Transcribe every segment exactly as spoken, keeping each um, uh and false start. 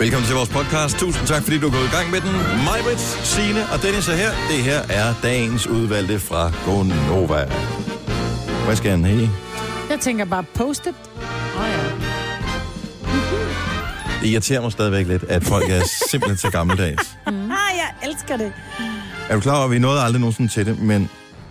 Velkommen til vores podcast. Tusind tak, fordi du er gået i gang med den. Majbrit, Signe og Dennis er her. Det her er dagens udvalgte fra Gonova. Hvad skal han have? Jeg tænker bare post-it. Åh oh, ja. Det irriterer mig stadigvæk lidt, at folk er simpelthen til gammeldags. Mm. Ah, jeg elsker det. Er du klar over, at vi nåede aldrig nogensinde til det, men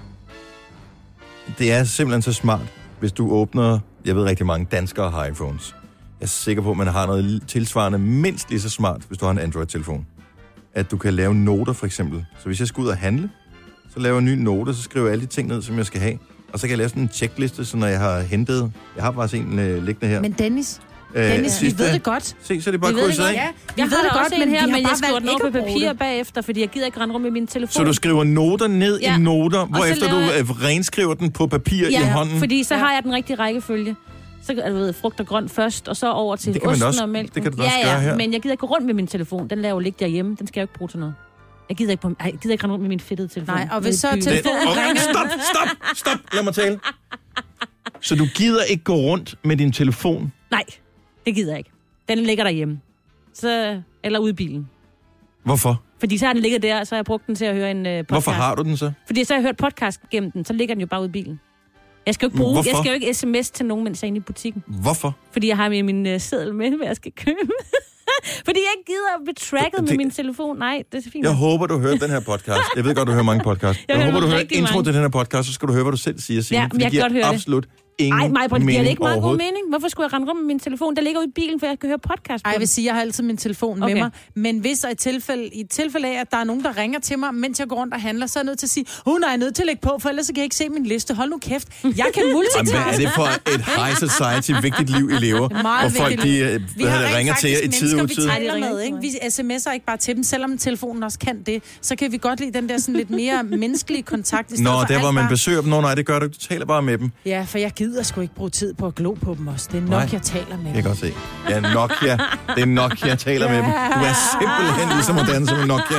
det er simpelthen så smart, hvis du åbner, jeg ved rigtig mange danskere har iPhones. Jeg er sikker på, at man har noget tilsvarende mindst lige så smart, hvis du har en Android-telefon. At du kan lave noter, for eksempel. Så hvis jeg skal ud og handle, så laver jeg en ny note, så skriver jeg alle de ting ned, som jeg skal have. Og så kan jeg lave sådan en checkliste, så når jeg har hentet... Jeg har bare en uh, liggende her. Men Dennis, øh, Dennis sidste, vi ved det godt. Se, så er det bare krydset af. Ja, Vi jeg ved har det det godt, også men her, vi har men jeg bare skriver valgt den over ikke på at bruge papir det. bagefter, fordi jeg gider ikke rende rundt med min telefon. Så du skriver noter ned Ja. i noter, hvorefter du laver jeg- øh, renskriver den på papir ja, i hånden? fordi så har jeg den rigtige rækkefølge. Så er du ved, frugt og grønt først, og så over til Det kan man osten også- og mælken. det kan du ja, også ja, gøre her. Men jeg gider ikke gå rundt med min telefon. Den laver jo ligge derhjemme. Den skal jeg jo ikke bruge til noget. Jeg gider ikke, på, ej, jeg gider ikke rende rundt med min fedtede telefon. Nej, og hvis Nede i så byen. telefonen Det- ringer... Stop, stop, stop. Lad mig tale. Så du gider ikke gå rundt med din telefon? Nej, det gider jeg ikke. Den ligger derhjemme. Så, eller ude i bilen. Hvorfor? Fordi så har den ligget der, så har jeg brugt den til at høre en uh, podcast. Hvorfor har du den så? Fordi så har jeg hørt podcast gennem den, så ligger den jo bare ude i bilen. Jeg skal jo ikke bruge, Hvorfor? jeg skal jo ikke sms til nogen, mens jeg er inde i butikken. Hvorfor? Fordi jeg har med min uh, seddel med, hvad jeg skal købe. Fordi jeg ikke gider at blive tracket Det- med min telefon. Nej, det er så fint. Jeg håber, du hører den her podcast. Jeg ved godt, du hører mange podcasts. Jeg, Jeg jeg håber, hører du hører rigtig intro mange. til den her podcast, så skal du høre, hvad du selv siger, Signe. Ja, for men jeg det kan giver godt høre det. absolut ingen Ej, mig, det mening giver det ikke meget god overhovedet. mening. Hvorfor skulle jeg rende rundt med min telefon? Der ligger ude i bilen, for jeg kan høre podcast på Ej, jeg vil den. sige, jeg har altid min telefon med Okay. mig. Men hvis og i tilfælde, i tilfælde af, at der er nogen, der ringer til mig, mens jeg går rundt og handler, så er jeg nødt til at sige, hun er nødt til at lægge på, for ellers så kan jeg ikke se min liste. Hold nu kæft. Jeg kan Jamen, multitaske. hvad er det for et high society, vigtigt liv, I lever? Meget Hvor folk vigtigt. de, øh, Vi hvad har hedder det, rent ringer til jer i faktisk tid og mennesker, utid. vi taler Nej, det med, ringer ikke? Vi sms'er ikke bare til dem, selvom telefonen også kan det. Så kan vi godt lide den der sådan lidt mere menneskelige kontakt. I stedet Nå, for der alt hvor man bare- besøger dem. Nå, nej, det gør du ikke. Du taler bare med dem. Ja, for jeg gider sgu ikke bruge tid på at glo på dem også. Det er nok, Nej. jeg taler med Jeg dem. kan godt se. Ja, Nokia. Det er Nokia, jeg taler med dem. Du er simpelthen lige så moderne som en Nokia.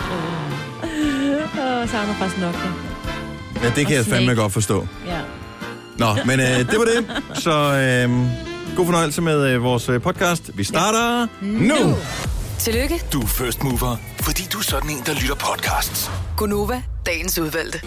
Åh, jeg savner faktisk nok det. Ja, det kan jeg fandme godt forstå. Ja. Nå, men øh, det var det. Så øh, god fornøjelse med øh, vores øh, podcast. Vi starter nu. nu. Tillykke, Du er first mover, fordi du er sådan en, der lytter podcasts. Gonova, dagens udvalgte.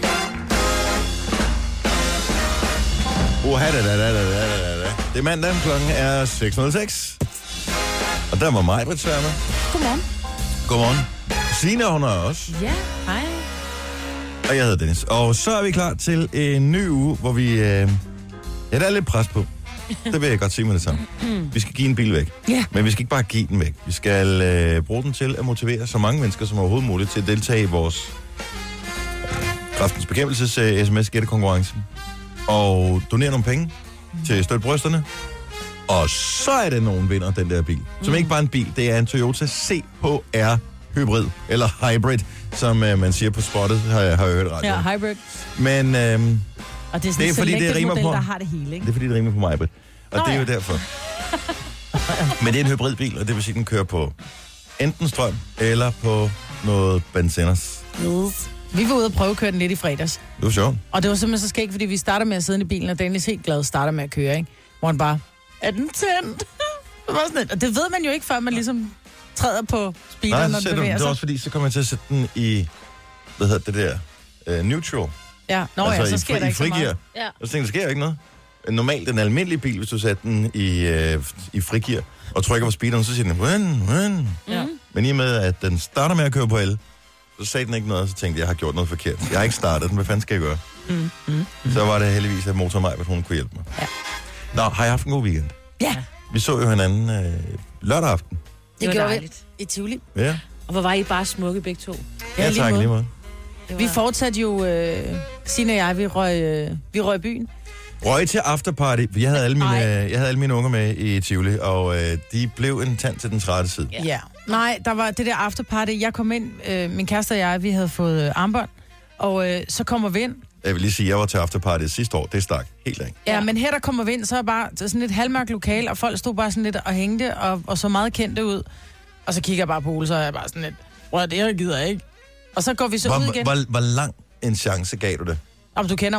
Oha, da, da, da, da, da, da. Det er mandag, klokken er seks nul seks. Og der var mig, Britt Sørme. Godmorgen. Godmorgen. Signe, hun er også. Ja, hej. Og jeg hedder Dennis. Og så er vi klar til en ny uge, hvor vi... Øh, ja, der er lidt pres på. Det vil jeg godt sige med det samme. Vi skal give en bil væk. Ja. Men vi skal ikke bare give den væk. Vi skal øh, bruge den til at motivere så mange mennesker som overhovedet muligt til at deltage i vores øh, Kræftens Bekæmpelses øh, sms-gættekonkurrence. Og donere nogle penge til Støt Brysterne. Og så er det nogen vinder, den der bil. Som ikke bare er en bil, det er en Toyota C H R Hybrid, eller Hybrid, som øh, man siger på spottet, har jeg, har jeg hørt ret. Ja, hybrid. Men øh, Og det er sådan Det er en fordi, det selected rimer model, på- der har det hele, ikke? det er fordi, det rimer på mig, Britt. Og Nå, det er jo ja. derfor. Men det er en hybridbil, og det vil sige, at den kører på enten strøm, eller på noget benziners. Vi var ude og prøve at køre den lidt i fredags. Det var sjovt. Og det var simpelthen så skægt, fordi vi starter med at sidde i bilen, og Dennis helt glad starter med at køre, ikke? Hvor han bare, er den tændt? Det var sådan lidt. Og det ved man jo ikke, før man ligesom træder på speederen, Nej, når så den sætter den, bevæger det er sig. også fordi, så kommer jeg til at sætte den i, hvad hedder det der, uh, neutral. Ja, nå altså ja, så i, sker fri, der i ikke så frigear. meget. Ja. Og så tænkte jeg, der sker jo ikke noget. Normalt den almindelige bil, hvis du sætter den i, uh, i frigear, og trykker på speederen, så siger den, run, run. Ja. Men i og med, at den starter med at køre på el, så sagde den ikke noget, og så tænkte jeg, jeg har gjort noget forkert. Jeg har ikke startet den, hvad fanden skal jeg gøre? Mm, mm, mm. Så var det heldigvis, at motor mig, at hun kunne hjælpe mig. Ja. Nå, har jeg haft en god weekend? Ja, Vi så jo hinanden øh, lørdag aften. det var gjorde vi dejligt. i Tivoli. Ja, Og hvor var I bare smukke begge to? ja, lige tak måde. lige måde. Det Vi var- fortsatte jo, øh, Signe og jeg, vi røg, øh, vi røg i byen. Røg til afterparty. Jeg havde alle mine, Nej. jeg havde alle mine unger med i Tivoli, og øh, de blev en tand til den trætte side. Ja. ja. Nej, der var det der afterparty. Jeg kom ind, øh, min kæreste og jeg, vi havde fået øh, armbånd. Og øh, så kommer vi ind. Jeg vil lige sige, at jeg var til afterparty sidste år. Det stak helt af. Ja, Ja. men her der kommer vi ind, så er bare så sådan et halvmørkt lokal, og folk stod bare sådan lidt og hængte, og, og så meget kendte ud. Og så kigger jeg bare på Ole, så er jeg bare sådan lidt, bror, det her gider jeg ikke. Og så går vi så ud Hvor, igen. hvor, hvor lang en chance gav du det? Om du kender mig.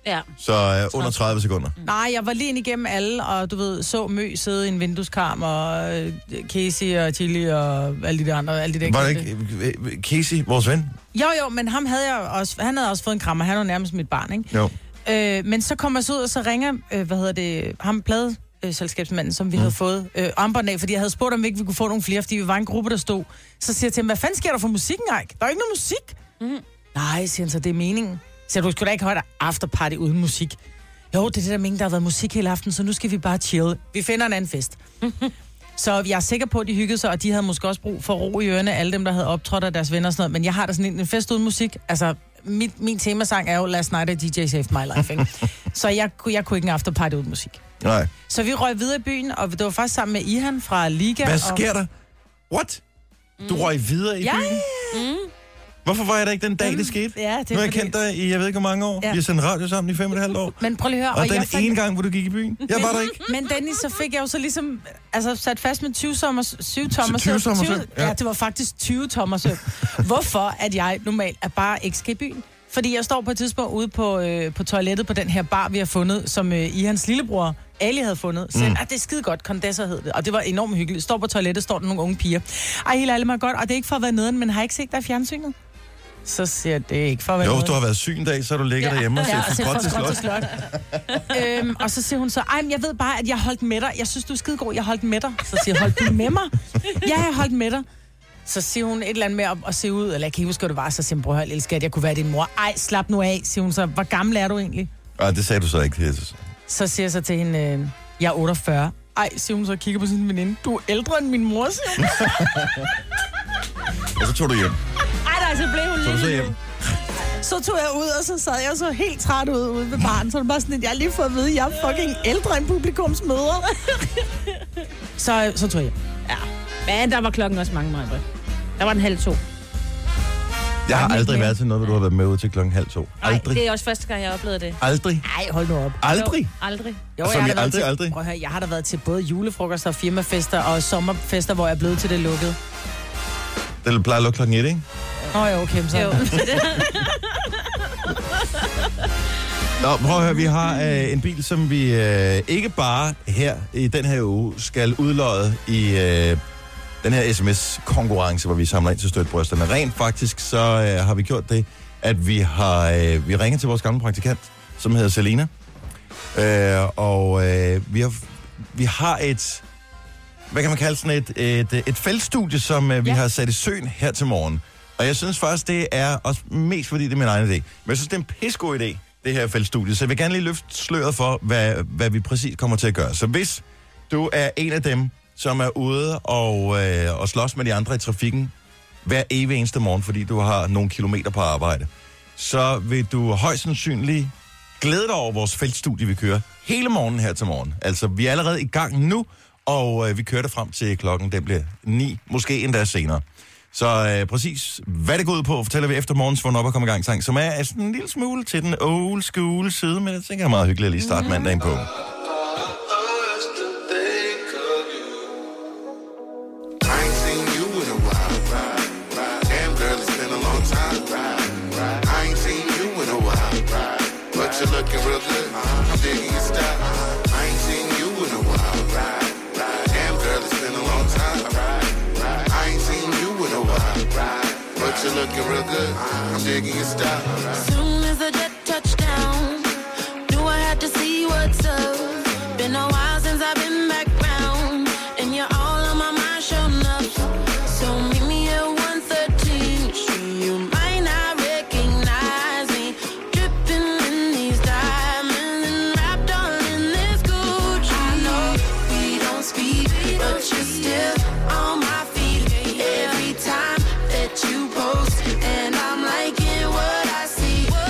Ja. Så uh, under tredive sekunder. Nej, jeg var lige ind igennem alle, og du ved, så Mø sidde i en vindueskarm, og øh, Casey og Chili og alle de der andre. Alle de der Var det kendte. ikke uh, Casey, vores ven? Jo, jo, men ham havde jeg også, han havde også fået en krammer. Han var nærmest mit barn, ikke? Jo. Øh, men så kommer jeg så ud, og så ringer, øh, hvad hedder det, ham plade, øh, selskabsmanden, som vi mm. havde fået øh, armbånd af, fordi jeg havde spurgt, om vi ikke vi kunne få nogle flere, fordi vi var en gruppe, der stod. Så siger jeg til ham, hvad fanden sker der for musikken, Eik? Der er ikke noget musik. Mm. Nej, siger han så, det er meningen. Så du skulle da ikke holde afterparty uden musik. Jo, det er det der mening, der har været musik hele aften, så nu skal vi bare chill. Vi finder en anden fest. Så jeg er sikker på, at de hyggede sig, og de havde måske også brug for ro i ørerne, alle dem, der havde optrådt af deres venner og sådan noget. Men jeg har da sådan en, en fest uden musik. Altså, mit, min temasang er jo Last Night at D J Saved My Life, ikke? Så jeg, jeg kunne ikke en afterparty uden musik. Nej. Så vi røg videre i byen, og det var faktisk sammen med Ihan fra Liga. Hvad og... sker der? What? Du Mm. røg videre i ja, byen? Mm. Hvorfor var jeg der ikke den dag, det skete? Ja, det er nu har jeg fordi... kendt dig i, jeg ved ikke hvor mange år. Ja. Vi har sendt radio sammen i fem og et halvt år. Men prøv lige at høre. Og, og den jeg fandt... ene gang, hvor du gik i byen, jeg var der ikke. Men Dennis, så fik jeg jo så ligesom altså, sat fast med tyve tommer syv tommer tyve tommer søm, ja. ja. ja, det var faktisk tyve tommer søm. Hvorfor at jeg normalt er bare ikke skal i byen? Fordi jeg står på et tidspunkt ude på, øh, på toilettet på den her bar, vi har fundet, som øh, i hans lillebror Ali havde fundet. Så mm. det er skide godt, Condessa hed det. Og det var enormt hyggeligt. Står på toilettet, står der nogle unge piger. Ej, helt ærligt mig godt. Og det er ikke for at være nederen, men har jeg ikke set dig i fjernsynet? Så siger jeg, det er ikke for at være Jo, hvis nederen. du har været syg en dag, så er du ligger ja. derhjemme og ser ja, fra skråt til slot. slot. øhm, og så siger hun så, ej, men jeg ved bare, at jeg holdt med dig. Jeg synes, du er skidegod, jeg holdt med dig. Så siger jeg, holdt du med mig? Ja, jeg holdt med dig. Så siger hun et eller andet med at, at se ud, eller jeg kan ikke huske, hvad det var, så siger hun, bror, jeg elsker, at jeg kunne være din mor. Ej, slap nu af, siger hun så. Hvor gammel er du egentlig? Ej, det sagde du så ikke, Jesus. Så siger jeg så til hende, øh, jeg er otteogfyrre. Ej, siger hun så og kigger på sin veninde. Du er ældre end min mor, siger hun. Og så tog du hjem. Ej, nej, så blev hun Så du så lille. hjem. Så tog jeg ud, og så sad jeg så helt træt ud ude ved baren. Så det var bare sådan, at jeg har lige fået at vide, at jeg er fucking ældre end publikumsmøder. så, så tog jeg hjem. Ja. Men der var klokken også mange, meget. Der var den halv to. Jeg har Ej, aldrig men- været til noget, hvor du har været med ud til klokken halv to. Nej, Aldrig. det er også første gang, jeg oplevede det. Aldrig. Ej, hold nu op. Aldrig. Jo, aldrig. Jo, Som jeg har i da været aldrig, til, aldrig? Prøv at høre, jeg har da været til både julefrokoster, firmafester og sommerfester, hvor jeg er blevet til det lukkede. Det plejer at lukke klokken et, ikke? Nå jo, okay, så. Jo. Nå, prøv at høre, vi har øh, en bil, som vi øh, ikke bare her i den her uge skal udløje i øh, den her sms-konkurrence, hvor vi samler ind til støtbrysterne. Rent faktisk, så øh, har vi gjort det, at vi har øh, vi ringer til vores gamle praktikant, som hedder Selina. Øh, og øh, vi, har, vi har et, hvad kan man kalde sådan et, et, et feltstudie, som øh, vi ja. har sat i søen her til morgen. Og jeg synes faktisk, det er også mest fordi, det er min egen idé. Men jeg synes, det er en pissegod idé, det her feltstudie. Så jeg vil gerne lige løfte sløret for, hvad, hvad vi præcis kommer til at gøre. Så hvis du er en af dem, som er ude og, øh, og slås med de andre i trafikken hver evig eneste morgen, fordi du har nogle kilometer på arbejde, så vil du højst sandsynligt glæde dig over vores feltstudie, vi kører hele morgenen her til morgen. Altså, vi er allerede i gang nu, og øh, vi kører det frem til klokken, den bliver ni, måske endda senere. Så øh, præcis, hvad det går ud på, fortæller vi efter morgens, hvor op og komme i gang sang, som er sådan en lille smule til den old school side, men jeg tænker, det er meget hyggeligt at lige starte mandagen på. You're looking real good. I'm digging your style. I ain't seen you in a while. Damn, girl, it's been a long time. I ain't seen you in a while. But you're looking real good. I'm digging your style. Soon as the jet touched down, knew I had to see what's up. Been a while since I've been back round, and you're all on my mind, sure enough. So meet me at one thirteenth Street. You might not recognize me, dripping in these diamonds and wrapped all in this Gucci. I know we don't speak, but you're still on my feet every time that you post, and I'm liking what I see.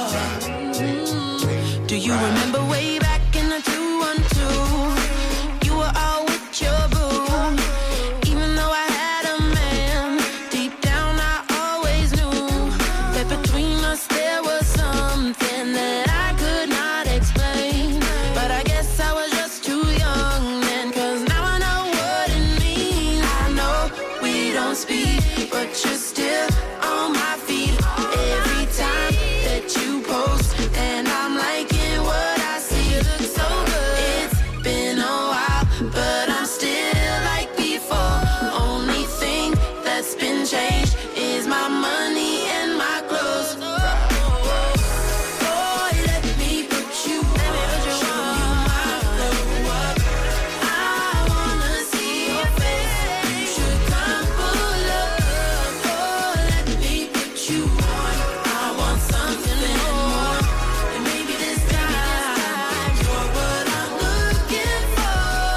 Do you remember way back in the two one two? You were all with your boo. Even though I had a man, deep down I always knew that between us there was something that I could not explain. But I guess I was just too young then, 'cause now I know what it means. I know we don't speak, but you're still on my feet every time that you post, and I'm liking what I see. You look so good. It's been a while, but I'm still like before. Only thing that's been changed is my money and my clothes. Boy, let me put you on. Show you my glow up. I wanna see your face. You should come pull up. Oh, let me put you on. I want something more, and maybe this time you're what I'm looking for.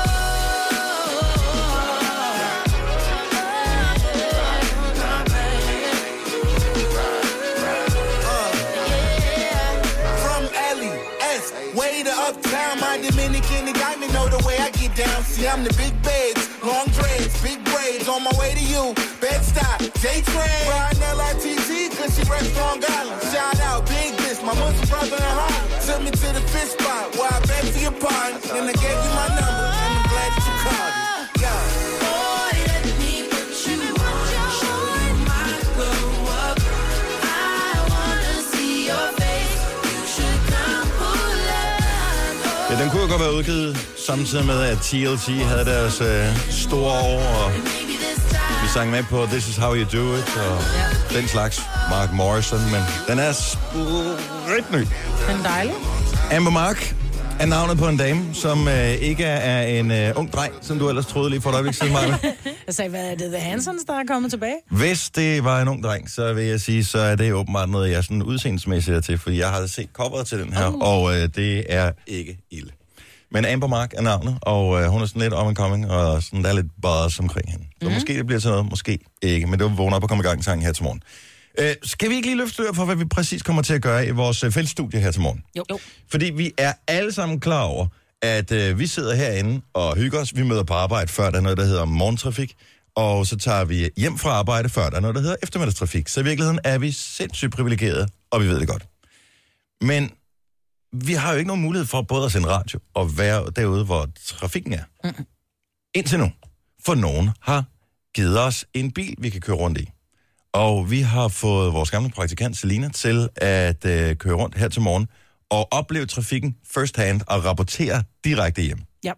From L E S, way to uptown, my Dominican, they got me know the way I get down. See, I'm the big babes, long dreads, big braids, on my way to you. Bed-Stuy, J-Train, riding L I T T, cause she reps Long Island. Shout out, big bitch, my Muslim brother in Harlem. Took me to the fish spot, where I bet for your pond. Then I gave you my number, and I'm glad that you called it. Yeah. Boy, let me put you on. Show you my glow up. I wanna see your face. You should come pull up. Ja, den kunne jo godt være udgivet samtidig med, at T L C havde deres øh, store år, og Maybe this time. vi sang med på This Is How You Do It, og den slags Mark Morrison, men den er spritny. Den er dejlig. Amber Mark er navnet på en dame, som øh, ikke er en øh, ung dreng, som du ellers troede lige for et øjeblik siden, Maja. Jeg sagde, hvad er det, The Hansons, der er kommet tilbage? Hvis det var en ung dreng, så vil jeg sige, så er det åbenbart noget, jeg sådan udseendelsmæssigt er til, fordi jeg har set coveret til den her, uh. og øh, det er ikke ild. Men Amber Mark er navnet, og øh, hun er sådan lidt up and coming, og sådan, der er lidt buzz omkring hende. Så mm. måske det bliver til noget, måske ikke, men det var vågne op og komme i gang sangen her til morgen. Øh, skal vi ikke lige løfte slør for, hvad vi præcis kommer til at gøre i vores øh, fællesstudie her til morgen? Jo. jo. Fordi vi er alle sammen klar over, at øh, vi sidder herinde og hygger os. Vi møder på arbejde, før der er noget, der hedder morgentrafik. Og så tager vi hjem fra arbejde, før der er noget, der hedder eftermiddagstrafik. Så i virkeligheden er vi sindssygt privilegerede, og vi ved det godt. Men vi har jo ikke nogen mulighed for både at sende radio og være derude, hvor trafikken er. Mm. Indtil nu. For nogen har givet os en bil, vi kan køre rundt i. Og vi har fået vores gamle praktikant Selina til at øh, køre rundt her til morgen og opleve trafikken first hand og rapportere direkte hjem. Ja.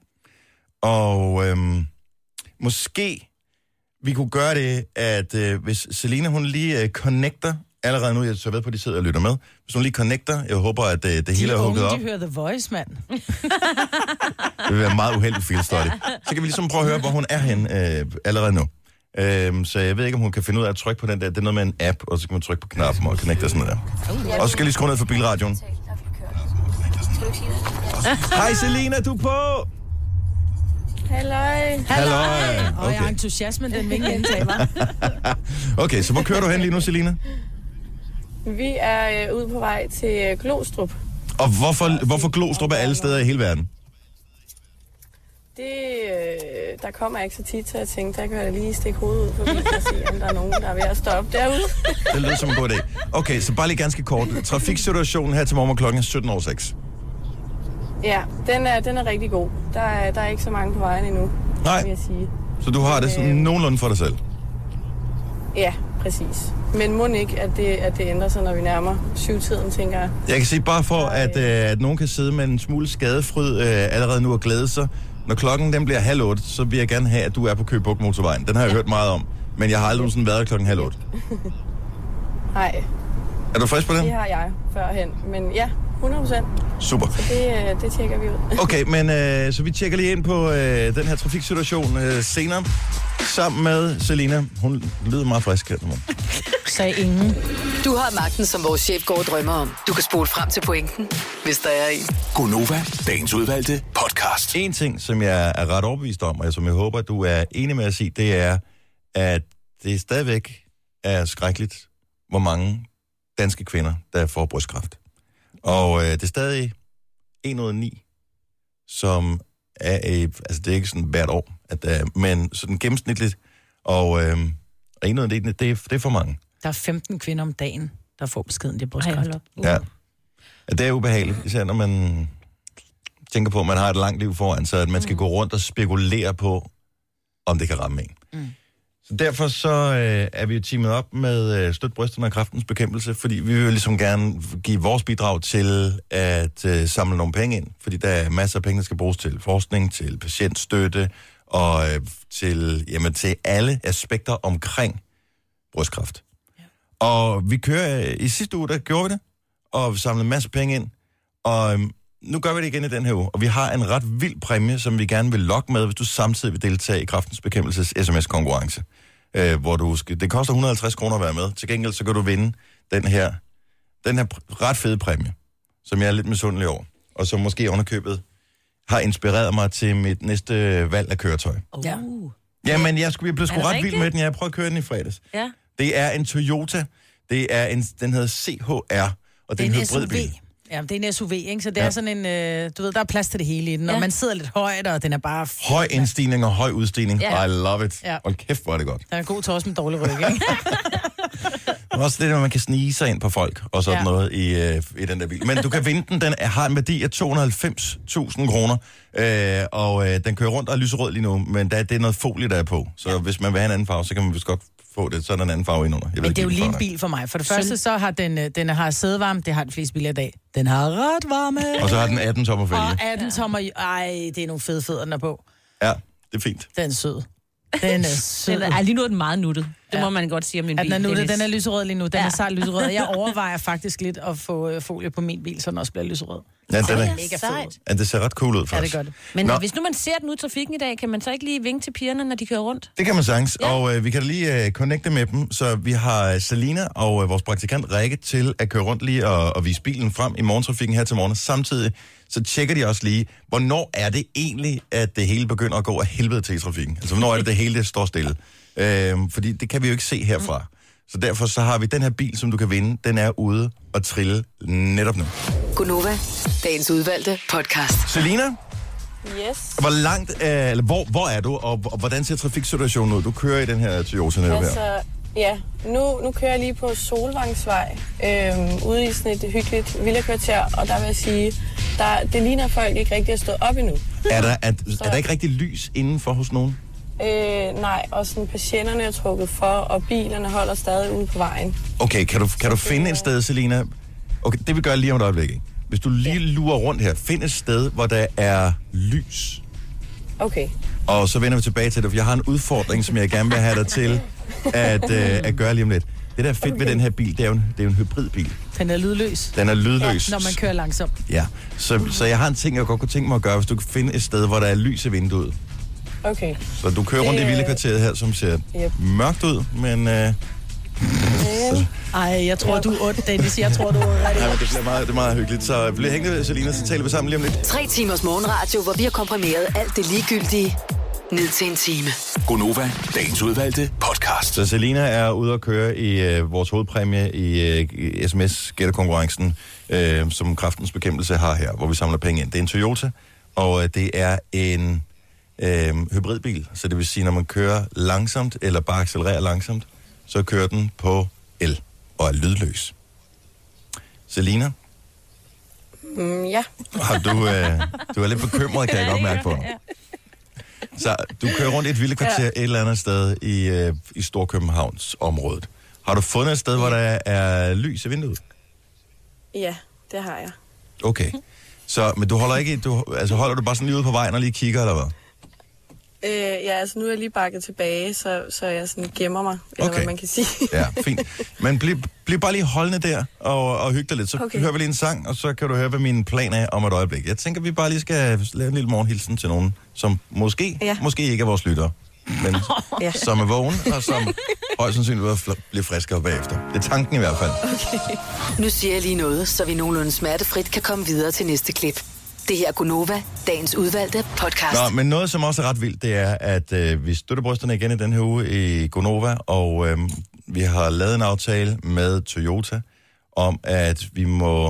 Og øhm, måske vi kunne gøre det, at øh, hvis Selina hun lige øh, connecter, allerede nu, jeg så ved på, at de sidder og lytter med, hvis hun lige connecter, jeg håber, at øh, det De hele er hugget unge, op. de hører The Voice, mand. Det vil være meget uheldigt for Study. Så kan vi ligesom prøve at høre, hvor hun er henne øh, allerede nu. Øhm, så jeg ved ikke, om hun kan finde ud af at trykke på den der. Det er noget med en app, og så kan man trykke på knappen og connecte og sådan noget der. Og så skal jeg lige skrue ned for bilradioen. Hej Selina, du er på! Halløj. Halløj. Og jeg er Okay. entusiasmen, den vil ikke indtage, hva'? Okay, så hvor kører du hen lige nu, Selina? Vi er øh, ude på vej til øh, Glostrup. Og hvorfor, hvorfor Glostrup er alle steder i hele verden? Det, øh, der kommer jeg ikke så tit, så jeg tænkte, der kan jeg lige stikke hovedet ud forbi og se, om der er nogen, der er ved at stoppe derude. Det lyder som en god idé. Okay, så bare lige ganske kort. Trafiksituationen her til morgen klokken er sytten over seks. Ja, den er, den er rigtig god. Der er, der er ikke så mange på vejen endnu, Nej. vil jeg sige. Så du har det sådan Øh. nogenlunde for dig selv? Ja, præcis. Men må ikke, at det, at det ændrer sig, når vi nærmer syvtiden, tænker jeg. Jeg kan sige bare for, at, øh, at nogen kan sidde med en smule skadefryd øh, allerede nu og glæde sig. Når klokken den bliver halv otte, så vil jeg gerne have, at du er på Køge Bugt Motorvejen. Den har jeg hørt meget om, men jeg har aldrig sådan været klokken halv otte. Nej, Er du frisk på den? det har jeg førhen. Men ja, hundrede procent. Super. Så det, øh, det tjekker vi ud. Okay, men øh, så vi tjekker lige ind på øh, den her trafiksituation øh, senere, sammen med Selina. Hun lyder meget frisk her til morgen. Sagde ingen. Du har magten, som vores chef går og drømmer om. Du kan spole frem til pointen, hvis der er en. Gonova, dagens udvalgte podcast. En ting, som jeg er ret overbevist om, og som jeg håber, at du er enig med at sige, det er, at det stadigvæk er skrækkeligt, hvor mange danske kvinder, der får brystkræft. Og øh, det er stadig en ud af ni, som er, øh, altså det er ikke sådan hvert år, at, øh, men sådan gennemsnitligt, og øh, en ud af ni, det er, det er for mange. Der er femten kvinder om dagen, der får beskeden, de har brystkræft. Uh. Ja. ja, det er ubehageligt, især når man tænker på, at man har et langt liv foran, så at man skal mm. gå rundt og spekulere på, om det kan ramme en. Mm. Så derfor så øh, er vi jo teamet op med øh, Støt Brysterne og Kræftens Bekæmpelse, fordi vi vil ligesom gerne give vores bidrag til at øh, samle nogle penge ind, fordi der er masser af penge, der skal bruges til forskning, til patientstøtte og øh, til, jamen, til alle aspekter omkring brystkræft. Ja. Og vi kører, øh, i sidste uge, der gjorde vi det, og vi samlede en masse penge ind, og øh, nu gør vi det igen i den her uge, og vi har en ret vild præmie, som vi gerne vil lokke med, hvis du samtidig vil deltage i Kræftens Bekæmpelses sms-konkurrence. Øh, hvor du skal, det koster et hundrede og halvtreds kroner at være med. Til gengæld så kan du vinde den her, den her ret fede præmie, som jeg er lidt misundelig over, og som måske underkøbet har inspireret mig til mit næste valg af køretøj. Oh. Ja. Jamen, jeg, skulle, jeg blev sgu ret rigtigt? vild med den. Jeg prøvede at køre den i fredags. Ja. Det er en Toyota. Det er en, den hedder C H R, og det er en hybridbil. Ja, det er en S U V, ikke? Så det ja. Ja. er sådan en, øh, du ved, der er plads til det hele i den, og Ja. man sidder lidt højt, og den er bare... Høj indstigning og høj udstigning. Ja. I love it. Ja. Hold kæft, hvor er det godt. Den er god til også med dårlig ryg, ikke? Også det, at man kan snige sig ind på folk og sådan ja. Ja. noget i, øh, i den der bil. Men du kan vinde den. Den er- har en værdi af to hundrede og halvfems tusind kroner, øh, og øh, den kører rundt og er lyserød lige nu, men der, det er noget folie, der er på. Så ja. hvis man vil have en anden farve, så kan man vist godt få det. Så er der en anden farve indenunder. Jeg ved Men ikke, det er jo hvilken lige en farve bil for mig. For det første, så har den, øh, den har sædevarme, det har de fleste biler i dag. Den har ret varme. der er. Og så har den atten tommer fælge. Og atten tommer... Ej, det er nogle fede fødder, den er på. Ja, det er fint. Den er sød. Den er sød. Den er, lige nu er den meget nuttet. Det Ja. må man godt sige om en Ja, bil. den er, nu, Dennis. den er lyserød lige nu. Den Ja. er sejt lyserød. Jeg overvejer faktisk lidt at få øh, folie på min bil, så den også bliver lyserød. Ja, den er, Mega fed. sejt. ja, det ser ret cool ud, Ja, faktisk. det gør det. Men Nå. hvis nu man ser den ud i trafikken i dag, kan man så ikke lige vinke til pigerne, når de kører rundt? Det kan man sagtens, Ja. ja. og øh, vi kan lige øh, connecte med dem, så vi har Selina og øh, vores praktikant Rikke til at køre rundt lige og, og vise bilen frem i morgentrafikken her til morgen. Samtidig så tjekker de også lige, hvornår er det egentlig, at det hele begynder at gå af helvede til i trafikken? Altså, hvornår er det, det hele det står stille? Øh, fordi det kan vi jo ikke se herfra. Mm. Så derfor så har vi den her bil, som du kan vinde, den er ude og trille netop nu. Gunova, dagens udvalgte podcast. Selina, Yes. hvor langt, øh, eller hvor, hvor er du, og, og hvordan ser trafiksituationen ud? Du kører i den her Toyota netop her. Altså, ja, nu, nu kører jeg lige på Solvangsvej, øhm, ude i sådan et hyggeligt villakvarter, og der vil jeg sige, der, det ligner folk ikke rigtig har stået op endnu. Er der, er, er der ikke rigtig lys indenfor hos nogen? Øh, nej, og sådan patienterne er trukket for, og bilerne holder stadig ude på vejen. Okay, kan du, kan du finde et sted, Selina? Okay, det vil gøre lige om et øjeblik, ikke? Hvis du lige lurer rundt her, find et sted, hvor der er lys. Okay. Og så vender vi tilbage til det, for jeg har en udfordring, som jeg gerne vil have dig til at, øh, at gøre lige om lidt. Det der er fedt okay. ved den her bil, det er jo en, det er jo en hybridbil. Den er lydløs, Den er lydløs. når man kører langsomt. Ja, så, så jeg har en ting, jeg godt kunne tænke mig at gøre, hvis du kan finde et sted, hvor der er lys i vinduet. Okay. Så du kører rundt i Det, øh, villakvarteret her, som ser Yep. mørkt ud, men... Øh, Men, Ej, jeg tror, du er ond, Dennis. Jeg tror, du er rigtig nej, men ond. det bliver meget, det er meget hyggeligt. Så bliv hængende, Selina, så taler vi sammen lige om lidt. Tre timers morgenradio, hvor vi har komprimeret alt det ligegyldige ned til en time. Gunova, dagens udvalgte podcast. Så Selina er ude at køre i øh, vores hovedpræmie i, øh, i S M S-gættekonkurrencen, øh, som Kræftens Bekæmpelse har her, hvor vi samler penge ind. Det er en Toyota, og øh, det er en øh, hybridbil. Så det vil sige, når man kører langsomt, eller bare accelererer langsomt, så kører den på el og er lydløs. Selina, mm, ja. har du, øh, du er lidt bekymret, kan jeg godt mærke på dig. Så du kører rundt i et villakvarter ja. et eller andet sted i, øh, i Storkøbenhavns området. Har du fundet et sted, hvor der er lys i vinduet? Ja, det har jeg. Okay. Så, men du holder ikke, du, altså holder du bare sådan lige ude på vejen og lige kigger, eller hvad? Øh, ja, altså nu er jeg lige bakket tilbage, så, så jeg sådan gemmer mig, eller Okay. hvad man kan sige. Ja, fint. Men bliv, bliv bare lige holdende der og, og hygge dig lidt. Så okay. Okay. hører vi lige en sang, og så kan du høre, hvad min plan er om et øjeblik. Jeg tænker, vi bare lige skal lave en lille morgenhilsen til nogen, som måske, ja. Ja. måske ikke er vores lyttere, men Ja. som er vågen, og som højst sandsynligt vil fl- blive friskere bagefter. Det er tanken i hvert fald. Nu siger jeg lige noget, så vi nogenlunde smertefrit kan komme videre til næste klip. Det her er Gunova, dagens udvalgte podcast. Nå, men noget, som også er ret vildt, det er, at øh, vi støtter brysterne igen i den her uge i Gonova, og øh, vi har lavet en aftale med Toyota om, at vi må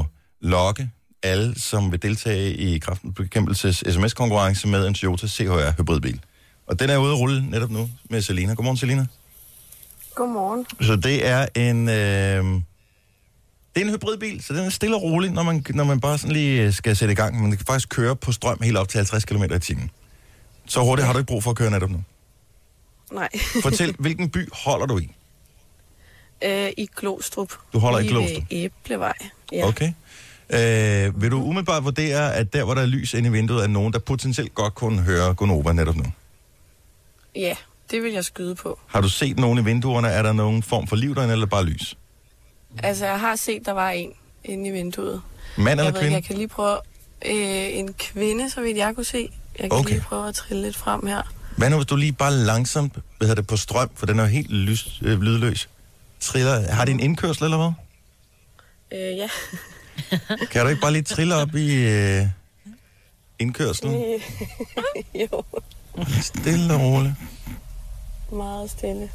lokke alle, som vil deltage i Kræftens Bekæmpelses sms-konkurrence med en Toyota C H R hybridbil. Og den er ude at rulle netop nu med Selina. Godmorgen, Selina. Godmorgen. Så det er en... Øh, det er en hybridbil, så den er stille og rolig, når man, når man bare sådan lige skal sætte i gang. Man kan faktisk køre på strøm helt op til halvtreds kilometer i timen. Så hurtigt har du ikke brug for at køre netop nu. Nej. Fortæl, hvilken by holder du i? øh, I Glostrup. Du holder i Lige Glostrup? ved Æblevej. Ja. Okay. Øh, vil du umiddelbart vurdere, at der, hvor der er lys inde i vinduet, er nogen, der potentielt godt kunne høre Gonova netop nu? Ja, det vil jeg skyde på. Har du set nogen i vinduerne? Er der nogen form for liv derinde, eller bare lys? Altså, jeg har set, der var en inde i vinduet. Mand eller Jeg ved ikke, kvinde? jeg kan lige prøve... Øh, en kvinde, så vidt jeg kunne se. Jeg kan Okay. lige prøve at trille lidt frem her. Hvad nu, hvis du lige bare langsomt, hvad hedder det, på strøm, for den er jo helt lys, øh, lydløs, triller. Har de en indkørsel, eller hvad? Øh, ja. Kan du ikke bare lige trille op i øh, indkørselen? Jo, Stille og roligt. meget stille.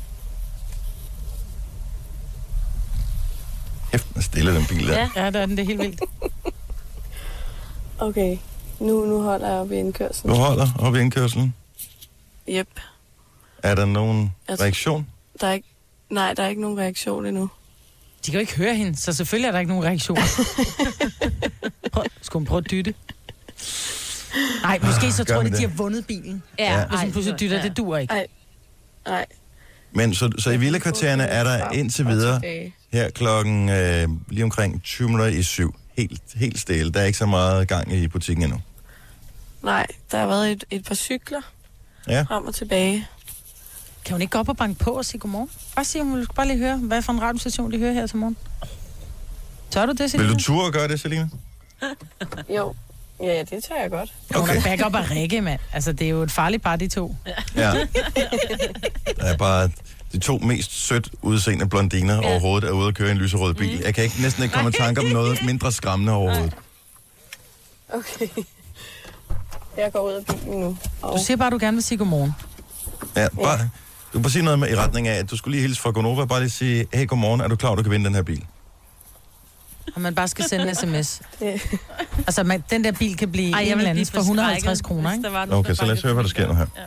Hæft, den er stille, den bil der. Ja. Ja, der er den, det er helt vildt. Okay, nu, nu holder jeg op i indkørslen. Du holder op i indkørselen. Yep. Er der nogen Altså- reaktion? Der er ikke... Nej, der er ikke nogen reaktion endnu. De kan jo ikke høre hende, så selvfølgelig er der ikke nogen reaktion. Prøv, skulle hun prøve at dytte? Nej, måske så Gør tror vi de, de det? har vundet bilen. Ja. Hvis hun pludselig dytter, det duer ikke. Ej. Nej. Men så, så i villakvartererne er der indtil videre Tilbage. her klokken øh, lige omkring tyve minutter i syv. Helt, helt stille. Der er ikke så meget gang i butikken endnu. Nej, der har været et, et par cykler Ja. frem og tilbage. Kan hun ikke gå op og banke på og sige godmorgen? Bare sige, hun vil bare lige høre, hvad for en radiostation de hører her til morgen. Tør du det, Selina? Vil du ture at gøre det, Selina? Jo. Ja, ja, det tør jeg godt. Hun Okay. er back up af Rikke, mand. Altså, det er jo et farligt par, de to. Ja. Der er bare de to mest sødt udseende blondiner ja. overhovedet er ude at køre i en lyserød bil. Mm. Jeg kan ikke, næsten ikke komme i tanke om noget mindre skræmmende overhovedet. Okay. Jeg går ud af bilen nu. Og... Du siger bare, at du gerne vil sige godmorgen. Ja, bare, du kan bare sige noget med i retning af, at du skulle lige hilse fra Gonova, bare lige sige, hey, godmorgen, er du klar, du kan vinde den her bil? Og man bare skal sende en sms. Det... Altså, man, den der bil kan blive Ej, en jeg eller vil anden blive for et hundrede og halvtreds forskrækket, kroner, hvis ikke? der var nogen, Okay, der så lad os bankede høre, hvad på der sker min nu her. dør. Ja.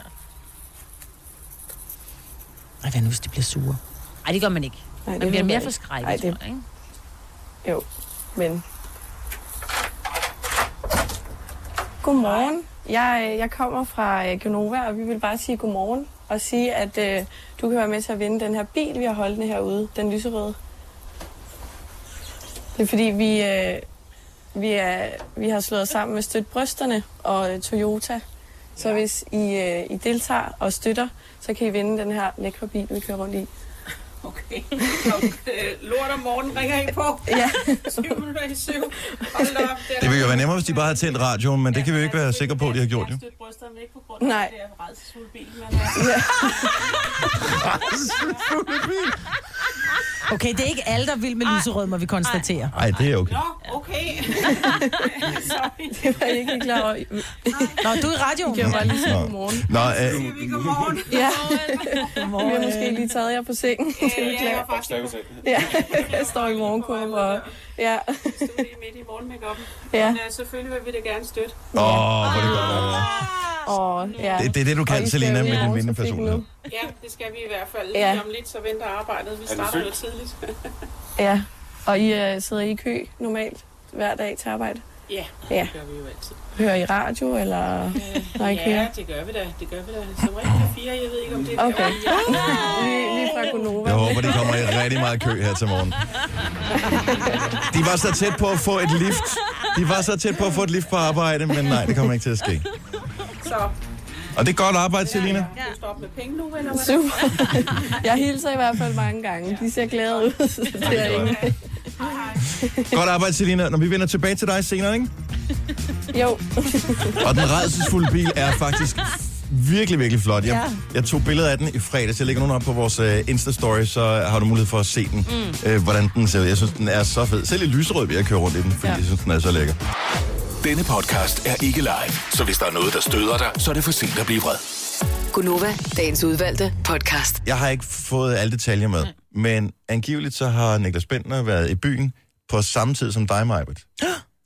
Ej, hvad nu, hvis de bliver sure? Ej, det gør man ikke. Nej, Man bliver vil mere jeg ikke. forskrækket, Ej, det... tror jeg, ikke? Jo, men... Godmorgen. Jeg, jeg kommer fra øh, Gonova, og vi vil bare sige godmorgen. Og sige, at øh, du kan være med til at vinde den her bil, vi har holdt herude. Den lyserøde. Det er fordi, vi, øh, vi, er, vi har slået os sammen med Støt Brysterne og øh, Toyota. Så hvis I, øh, I deltager og støtter, så kan I vinde den her lækre bil, vi kører rundt i. Okay. Og, øh, lort om morgenen ringer I på. Ja. syv minutter i syv. Hold da op. Det ville jo være nemmere, hvis de bare havde tændt radioen, men det kan vi jo ikke være sikre på, at de har gjort, jo. Jeg støtter brysterne ikke på grund af Nej. det der rædselsfulde bil. Men, øh, Okay, det er ikke alle, der vil med lyserød, må vi konstatere. Nej, det er okay. Nå, okay. Sorry. Det var jeg ikke helt klar over. Nå, du er i radioen. Jeg kan bare lige sige Nå. godmorgen. Nå, øh, Siger vi godmorgen. Ja, vi har måske lige taget jer på sengen. Det Øh, jeg beklager. var faktisk Ja, jeg står i morgenkåb og... Ja, stod lige midt i morgenmakeupen. Ja. Men øh, selvfølgelig vil vi da gerne støtte. åh, hvor er det godt. og ja. Det, det er det, du Og kan, I skal Selina, jo i med din morgentrafik mindepersonlighed. nu. Ja, det skal vi i hvert fald. Ja. Lige om lidt, så venter arbejdet. Vi starter jo tidligt. Ja, og I uh, sidder i kø normalt hver dag til arbejde? Ja, Ja. det gør vi jo altid. Hører I radio, eller når I Ja, kører? det gør vi da. Det gør vi da. Som regel fire, jeg ved ikke, om det er Okay. Ja. Vi, vi er fra Gonova. Jeg håber, de kommer i rigtig meget kø her til morgen. De var så tæt på at få et lift. De var så tæt på at få et lift på arbejde, men nej, det kommer ikke til at ske. Så Og det er godt arbejde, Selina. du står med penge nu, eller hvad? Super. Jeg hilser i hvert fald mange gange. De ser glade ud. Det er ingen. Godt arbejde, Selina. Når vi vender tilbage til dig senere, ikke? Jo. Og den rædselsfulde bil er faktisk virkelig, virkelig flot. Jeg, jeg tog billeder af den i fredags. Jeg lægger nogen op på vores uh, Insta-story, så har du mulighed for at se den, mm. uh, hvordan den ser ud. Jeg synes, den er så fed. Selv i lyserød vil jeg køre rundt i den, fordi ja. jeg synes, den er så lækker. Denne podcast er ikke live, så hvis der er noget, der støder dig, så er det for sent at blive vred. Gunova, dagens udvalgte podcast. Jeg har ikke fået alle detaljer med, men angiveligt så har Niklas Bentner været i byen på samme tid som dig, Majbert.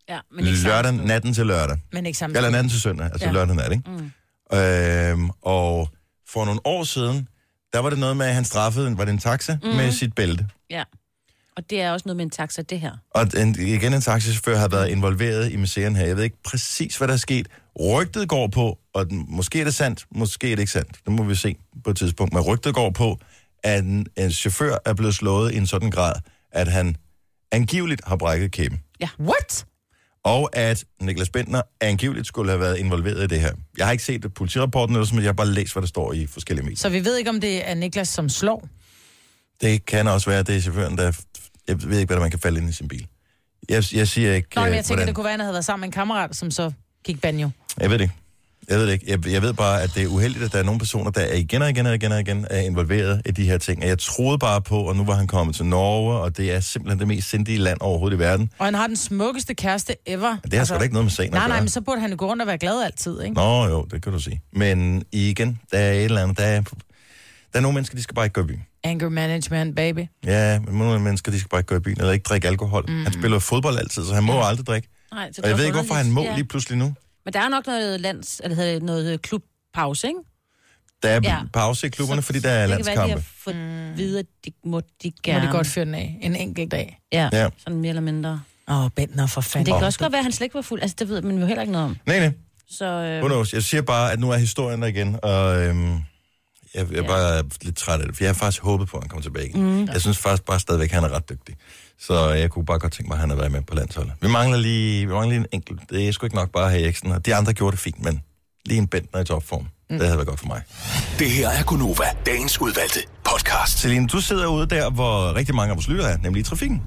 Ja, men ikke lørdag, samme natten til lørdag. Men ikke samme Eller sted. natten til søndag, altså Ja. ja. lørdag nat, ikke? Mm. Øhm, og for nogle år siden, der var det noget med, at han straffede, var det en taxa, mm. med sit bælte. Ja. Og det er også noget med en taxa, det her. Og en, igen, en taxichauffør har været involveret i misæren her. Jeg ved ikke præcis, hvad der er sket. Rygtet går på, og den, måske er det sandt, måske er det ikke sandt. Det må vi se på et tidspunkt. Men rygtet går på, at en, en chauffør er blevet slået i en sådan grad, at han angiveligt har brækket kæben. Ja. What? Og at Niklas Bentner angiveligt skulle have været involveret i det her. Jeg har ikke set politirapporten, eller sådan, men jeg har bare læst, hvad der står i forskellige medier. Så vi ved ikke, om det er Niklas, som slår? Det kan også være, at det er chaufføren, der... Jeg ved ikke, hvad man kan falde ind i sin bil. Jeg, jeg siger ikke... Nå, men øh, jeg tænker, hvordan... det kunne være, at han havde været sammen med en kammerat, som så gik banjo. Jeg ved det ikke. Jeg ved det ikke. Jeg, jeg ved bare, at det er uheldigt, at der er nogle personer, der er igen og igen og igen og igen er involveret i de her ting. Og jeg troede bare på, og nu var han kommet til Norge, og det er simpelthen det mest sindige land overhovedet i verden. Og han har den smukkeste kæreste ever. Det har altså, sgu da ikke noget med sagen at Nej, gøre. nej, men så burde han jo gå rundt og være glad altid, ikke? Nå jo, det kan du sige. Men igen, der er et eller andet, der er, der er nogle mennesker, de skal bare ikke gå i byen. Anger management, baby. Ja, men nogle mennesker, de skal bare ikke gå i byen, eller ikke drikke alkohol. Mm. Han spiller fodbold altid, så han må ja. aldrig drikke. Nej, så og jeg ved det ikke, var hvorfor han må ja. lige pludselig nu. Men der er nok noget lands, eller hedder det noget klubpause, ikke? Der er Ja. pause i klubberne, Så fordi der er det kan være, de landskampe. har fået mm. vide, at de må de Må gerne. de godt fyre den af en enkelt dag. Ja, Ja. sådan mere eller mindre. Åh, oh, Bentner for Men fanden. det kan også godt være, at han slet ikke var fuld. Altså, det ved man jo heller ikke noget om. Nej, nej. Så, øh, Who knows? Jeg siger bare, at nu er historien der igen, og øhm, jeg, jeg er Ja. bare lidt træt af det, for jeg har faktisk håbet på, at han kommer tilbage igen. Mm. Jeg synes faktisk bare stadigvæk, at han er ret dygtig. Så jeg kunne bare godt tænke mig, at han har været med på landsholdet. Vi mangler lige, vi mangler lige en enkelt. Det er sgu ikke nok bare at have Eriksen, og de andre gjorde det fint, men lige en Bentner i topform. Mm. Det havde været godt for mig. Det her er Gunova, dagens udvalgte podcast. Celine, du sidder ude der, hvor rigtig mange af vores lyttere er, nemlig i trafikken.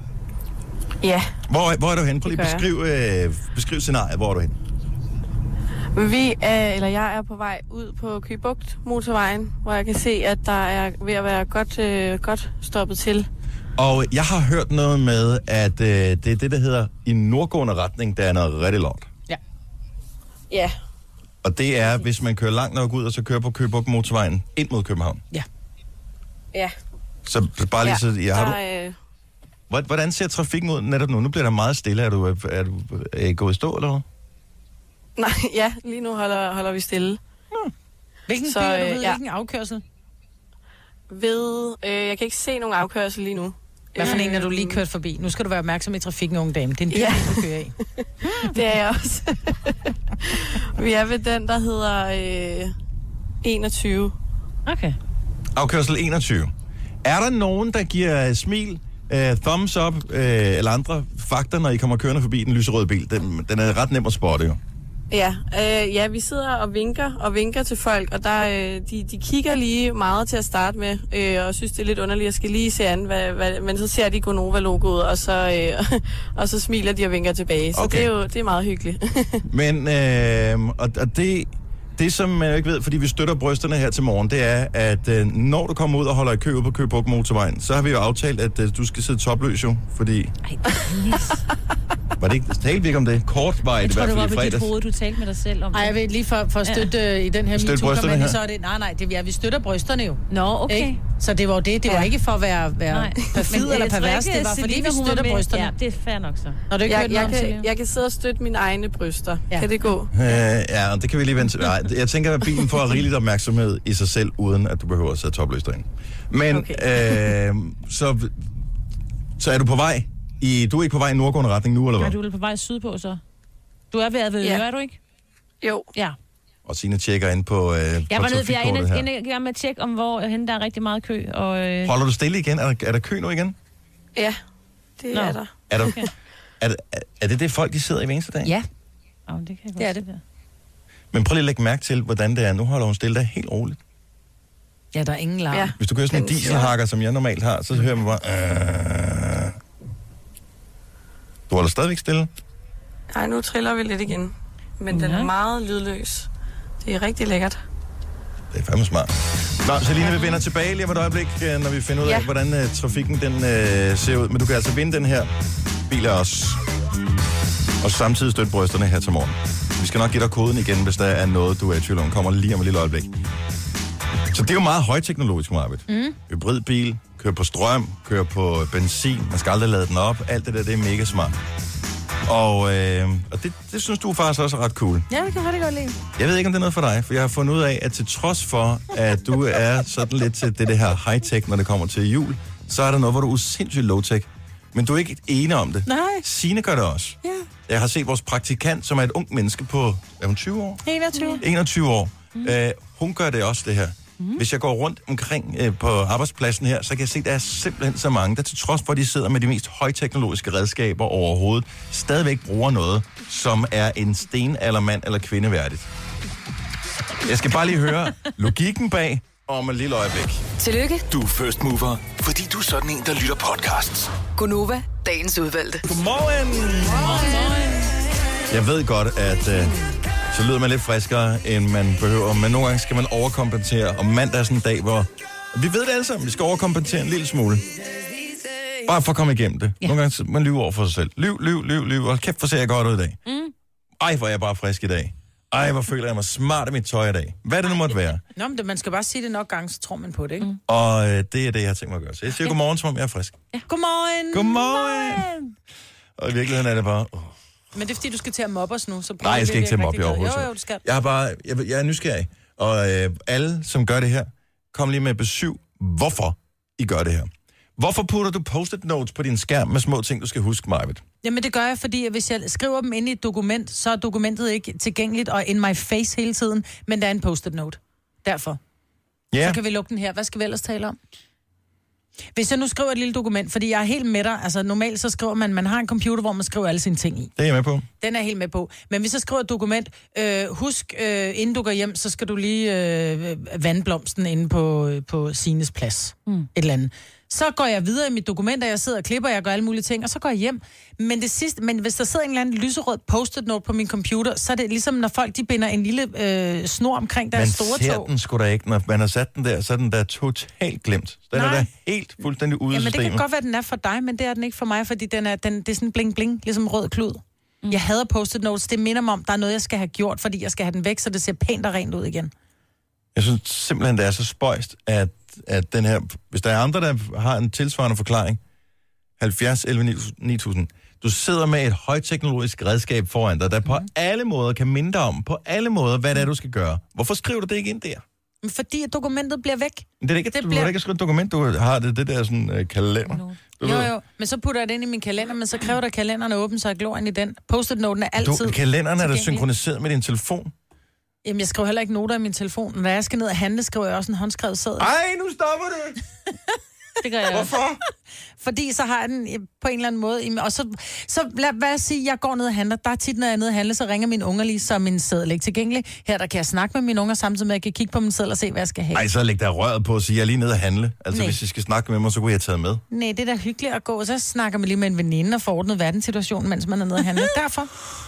Ja, Hvor, hvor er du henne? Prøv lige Det at gør beskrive, øh, beskriv scenariet. Hvor er du henne? vi er, eller jeg er på vej ud på Køge Bugt motorvejen, hvor jeg kan se, at der er ved at være godt, øh, godt stoppet til. Og jeg har hørt noget med, at øh, det er det, der hedder i nordgående retning, der er noget rigtig lort. Ja, Og det er, hvis man kører langt nok ud, og så kører på Køge Bugt motorvejen ind mod København. ja. Så bare lige ja. så... Ja, har du, Der, øh, Hvor- hvordan ser trafikken ud netop nu? Nu bliver der meget stille. Er du, er du er I gået i stå, eller hvad? nej, ja, lige nu holder, holder vi stille. Hvilken Så, bil er du øh, ved? ja. Hvilken afkørsel? Ved, øh, jeg kan ikke se nogen afkørsel lige nu. Hvad for en er du lige kørt forbi? Nu skal du være opmærksom i trafikken, unge dame. Det er en bil, Ja. du kører i. Det er jeg også. Vi er ved den, der hedder øh, enogtyve. okay. Afkørsel enogtyve. Er der nogen, der giver smil, uh, thumbs up uh, eller andre fakta, når I kommer kørende forbi den lyserøde bil? Den, den er ret nem at spotte, jo. Ja, øh, ja, vi sidder og vinker og vinker til folk, og der, øh, de, de kigger lige meget til at starte med, øh, og synes, det er lidt underligt. Jeg skal lige se an, hvad, hvad, men så ser de Gonova-logoet, og så, øh, og så smiler de og vinker tilbage. Så Okay. det er jo det er meget hyggeligt. Men, øh, og, og det, det, som man ikke ved, fordi vi støtter brysterne her til morgen, det er, at øh, når du kommer ud og holder i kø ude på Køge Bugt motorvejen, så har vi jo aftalt, at øh, du skal sidde topløs jo, fordi... Ej, please. Var det ikke, talte vi ikke om det? Kort var Jeg det i tror, hvert det var fald i på dit fredags. hoved, du talte med dig selv om Ej, jeg det. ved lige for, for at støtte ja. i den her Støtte brysterne MeToo-kampagne, her. så er det... Nej, nej, det, ja, vi støtter brysterne jo. Nå, okay. Ikke? Så det var jo det. Det var Ja. ikke for at være, være Nej. perfid Men eller jeg tror pervers. ikke, Det var fordi, Selina, vi hun var støtter med. brysterne. Ja, det er fair nok så. Har du ikke Jeg, hørt jeg, noget om kan, Selina? jeg kan sidde og støtte mine egne bryster. Ja. Ja. Kan det gå? Øh, ja, og det kan vi lige vente til. Nej, jeg tænker, at bilen får rigeligt opmærksomhed i sig selv, uden at du behøver at sidde topløs derinde. Men, Okay. øh, så, så er du på vej i... Du er ikke på vej i nordgående retning nu, eller Er hvad? du vel på vej sydpå så? Du er ved at ved Ja. øre, er du ikke? Jo. Ja. Og Signe tjekker ind på, øh, Jeg på var nødt til at trafikkortet her. inde i gang med at tjekke, om hvor henne der er rigtig meget kø. Og, øh, Holder du stille igen? Er der, er der kø nu igen? Ja, det Nå. er der. Er, der, er, det, er det det folk, de sidder i hver eneste dag? Ja. oh, det kan jeg godt Det er se det. der. Men prøv lige at lægge mærke til, hvordan det er. Nu holder hun stille der helt roligt. Ja, der er ingen larm. Ja. Hvis du kører sådan en Den- dieselhakker, som jeg normalt har, så hører man bare... Øh... Du holder stadigvæk stille? Ej, nu triller vi lidt igen. Men den Ja. er meget lydløs. Det er rigtig lækkert. Det er fandme smart. Nå, Selina, vi vender tilbage lige om et øjeblik, øh, når vi finder ud af, Ja. hvordan uh, trafikken den, uh, ser ud. Men du kan altså vinde den her bil af os. Og samtidig støtte brysterne her til morgen. Vi skal nok give dig koden igen, hvis der er noget, du er i tvivl om. Kommer lige om et lille øjeblik. Så det er jo meget højteknologisk, Marvitt. Mm. Hybridbil, kører på strøm, kører på benzin, man skal aldrig lade den op. Alt det der, det er mega smart. Og, øh, og det, det synes du faktisk også er ret cool. Ja, det kan jeg rigtig godt lide. Jeg ved ikke, om det er noget for dig, for jeg har fundet ud af, at til trods for, at du er sådan lidt til det, det her high-tech, når det kommer til jul, så er der noget, hvor du er sindssygt low-tech. Men du er ikke ene om det. Nej. Signe gør det også. Ja. Jeg har set vores praktikant, som er et ung menneske på, er hun tyve år? enogtyve. enogtyve år. Mm. Øh, hun gør det også, det her. Mm. Hvis jeg går rundt omkring øh, på arbejdspladsen her, så kan jeg se, at der er simpelthen så mange, der til trods for, at de sidder med de mest højteknologiske redskaber overhovedet, stadigvæk bruger noget, som er en stenaldermand eller kvinde værdigt. Jeg skal bare lige høre logikken bag om et lille øjeblik. Tillykke, Du er first mover, fordi du er sådan en, der lytter podcasts. Gunova, dagens udvalgte. Godmorgen! Jeg ved godt, at øh, så lyder man lidt friskere, end man behøver, men nogle gange skal man overkompensere, og mandag er sådan en dag, hvor vi ved det alle sammen, vi skal overkompensere en lille smule. Bare for at komme igennem det. Ja. Nogle gange så man lyver over for sig selv. Lyv, lyv, lyv, lyv, og kæft, hvor ser jeg godt ud i dag. Mm. Ej, hvor er jeg bare frisk i dag. Ej, hvor føler jeg mig smart af mit tøj i dag. Hvad det nu måtte være. Nå, men det, man skal bare sige det nok gange, så tror man på det, ikke? Mm. Og øh, det er det, jeg har tænkt mig at gøre. Så jeg siger ja. godmorgen, som om jeg er frisk. Ja. Godmorgen! Godmorgen! Og i virkeligheden er det bare... Oh. Men det er fordi, du skal til at mobbe os nu. Så Nej, jeg skal ikke til at mobbe jer overhovedet. Jo, jo, du skal. Jeg er bare, jeg, jeg er nysgerrig. Og øh, alle, som gør det her, kom lige med besøg, hvorfor I gør det her. Hvorfor putter du post-it notes på din skærm med små ting, du skal huske, Majbet? Jamen det gør jeg, fordi hvis jeg skriver dem ind i et dokument, så er dokumentet ikke tilgængeligt og in my face hele tiden, men der er en post-it note. Derfor. Ja. Så kan vi lukke den her. Hvad skal vi ellers tale om? Hvis jeg nu skriver et lille dokument, fordi jeg er helt med dig, altså normalt så skriver man, man har en computer, hvor man skriver alle sine ting i. Det er jeg med på. Den er jeg helt med på. Men hvis jeg skriver et dokument, øh, husk, øh, inden du går hjem, så skal du lige øh, vandblomsten inde på, på Sines plads. Mm. Et eller andet. Så går jeg videre i mit dokument, og jeg sidder og klipper, jeg gør alle mulige ting, og så går jeg hjem. Men det sidste, men hvis der sidder en eller anden lyserød post-it note på min computer, så er det ligesom, når folk de binder en lille øh, snor omkring deres store tog. Man ser den sgu da ikke. Når man har sat den der, så er den der totalt glemt. Den Nej. er da helt fuldstændig ude af Jamen, systemet. det kan godt være, den er for dig, men det er den ikke for mig, fordi den er, den, det er sådan bling-bling, ligesom rød klud. Mm. Jeg hader post-it notes. Det minder mig om, der er noget, jeg skal have gjort, fordi jeg skal have den væk, så det ser pænt og rent ud igen. Jeg synes simpelthen, det er så spøjst, at, at den her... Hvis der er andre, der har en tilsvarende forklaring, halvfjerds elleve ni tusind, du sidder med et højteknologisk redskab foran dig, der på mm. alle måder kan minde dig om, på alle måder, hvad det er, du skal gøre. Hvorfor skriver du det ikke ind der? Fordi dokumentet bliver væk. Men det er ikke, det du bliver... har ikke skrevet et dokument, du har det, det der sådan uh, kalender. No. Jo, jo, men så putter jeg det ind i min kalender, men så kræver der kalenderen åben, så jeg glor ind i den. Post-it-noten er altid... Du, kalenderen er da synkroniseret med din telefon. Jamen, jeg skriver heller ikke noter i min telefon. Når jeg skal ned og handle, skriver jeg også en håndskrevet seddel. Ej, nu stopper det! Det gør jeg. Hvorfor? Fordi så har jeg den på en eller anden måde. Og så, så lad hvad sige, jeg går ned og handler. Der er tit, når jeg er nede og handler, så ringer mine unger lige, så min seddel ikke tilgængelig. Her der kan jeg snakke med mine unger, samtidig med, at jeg kan kigge på min seddel og se, hvad jeg skal have. Ej, så læg der røret på at sige, at jeg er lige nede og handle. Altså, Nej. hvis I skal snakke med mig, så kunne jeg have taget med. Nej, det er da hyggeligt at gå. Så snakker man lige med en veninde og får ordnet verdenssituationen, mens man er nede og handle. Derfor.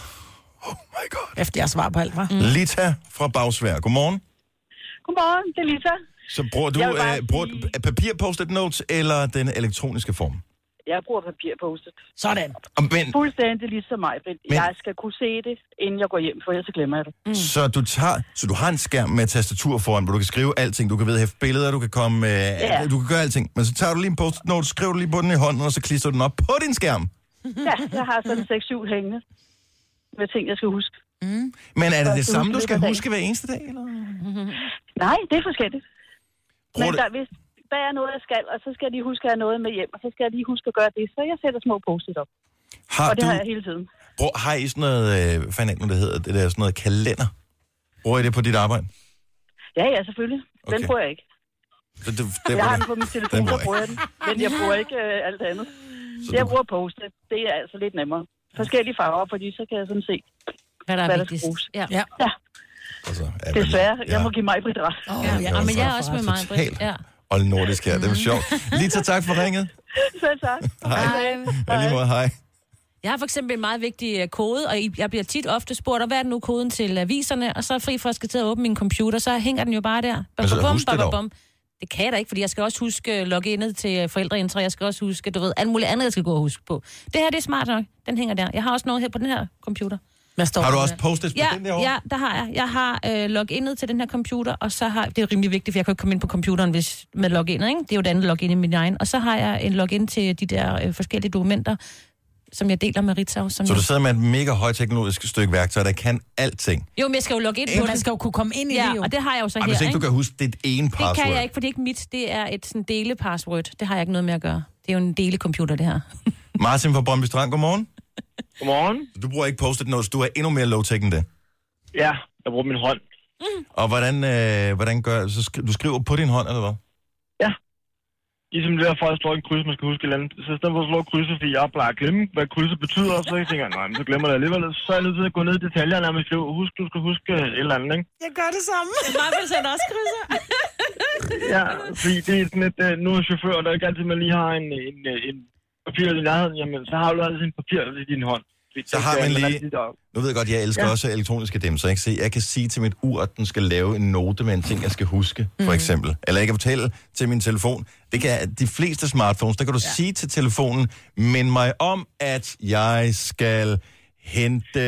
Oh my god. Efter jeg svarer på alt, hva'? Mm. Lita fra Bagsvær. Godmorgen. Godmorgen, det er Lisa. Så bruger du øh, bruger sige... papir post-it notes eller den elektroniske form? Jeg bruger papir post-it. Sådan. Men... Fuldstændig ligesom mig, men jeg skal kunne se det, inden jeg går hjem, for ellers så glemmer jeg det. Mm. Så du tager, så du har en skærm med tastatur foran, hvor du kan skrive alting. Du kan vedhæfte billeder, du kan komme, øh, ja. du kan gøre alting. Men så tager du lige en post-it note, skriver du lige på den i hånden, og så klistrer du den op på din skærm. Ja, jeg har sådan seks syv hængende med ting, jeg skal huske. Mm. Men er det det samme, du skal huske hver eneste dag, eller? Nej, det er forskelligt. Bruger Men der, hvis der er noget, jeg skal, og så skal jeg lige huske at have noget med hjem, og så skal jeg lige huske at gøre det, så jeg sætter små post-it op. Har og det du... har jeg hele tiden. Brug... Har I sådan noget, øh, hvad fanden er det hedder, det der sådan noget kalender? Bruger I det på dit arbejde? Ja, ja, selvfølgelig. Den Okay. bruger jeg ikke. Så det, det jeg har den på min telefon, der bruger jeg den, men jeg bruger ikke øh, alt andet. Så jeg du... bruger post-it. Det er altså lidt nemmere. Forskellige farver, fordi så kan jeg sådan se, hvad der er hvad vigtigst. Der skal ja. ja. ja. Altså, ja, Desværre, ja. jeg må give mig Britt ret. Oh, ja, ja. ja, men jeg er også med mig, Britt. Ja. Og nordisk her, det var sjovt. Lita, tak for ringet. Selv tak. Hej. Hej. Lige måde, hej. Jeg har for eksempel en meget vigtig kode, og jeg bliver tit ofte spurgt, hvad er nu koden til aviserne, og så er fri for at skal til at åbne min computer, så hænger den jo bare der. Men så husk det dog. Det kan jeg da ikke, fordi jeg skal også huske loginet til forældreintra, jeg skal også huske, du ved, alt muligt andet, jeg skal gå og huske på. Det her, det er smart nok. Den hænger der. Jeg har også noget her på den her computer. Hvad står har du der? også post-its på ja, den derovre? Ja, der har jeg. Jeg har øh, loginet til den her computer, og så har... Det er rimelig vigtigt, for jeg kan ikke komme ind på computeren hvis, med loginet, ikke? Det er jo et andet login i min egen. Og så har jeg en login til de der øh, forskellige dokumenter. som jeg deler med Ritzau. Som Så jeg... du sidder med et mega højteknologisk stykke værktøj, der kan alting. Jo, men jeg skal jo logge ind på Man det. skal jo kunne komme ind i Ja, det jo. og det har jeg jo så Ej, her, hvis ikke du ikke? kan huske dit ene password. Det kan jeg ikke, for det er ikke mit. Det er et sådan delepassword. Det har jeg ikke noget med at gøre. Det er jo en delecomputer, det her. Martin fra Brøndby Strand, godmorgen. Godmorgen. Du bruger ikke post-it notes, du er endnu mere low-tech end det. Ja, jeg bruger min hånd. Mm. Og hvordan, øh, hvordan gør så skri- du skriver på din hånd, eller hvad? Ja. Ligesom det der, folk slår en kryds, man skal huske et eller andet. Så i stedet for at slå krydset, fordi jeg plejer at glemme, hvad krydset betyder, så jeg tænker, nej, men så glemmer jeg det alligevel. Så er jeg nødt til at gå ned i detaljerne, og man skriver, husk, du skal huske et eller andet, ikke? Jeg gør det samme. Mig vil sætte også krydser. Ja, fordi det er sådan et, nu er chauffør, og der er ikke altid, man lige har en, en, en papir i nærheden, jamen, så har du altid en papir i din hånd. Så har man lige... Nu ved jeg godt, jeg elsker ja. også elektroniske dimser, ikke? Så jeg kan sige til mit ur, at den skal lave en note med en ting, jeg skal huske, for eksempel. Eller jeg kan fortælle til min telefon. Det kan de fleste smartphones, der kan du ja. sige til telefonen, mind mig om, at jeg skal hente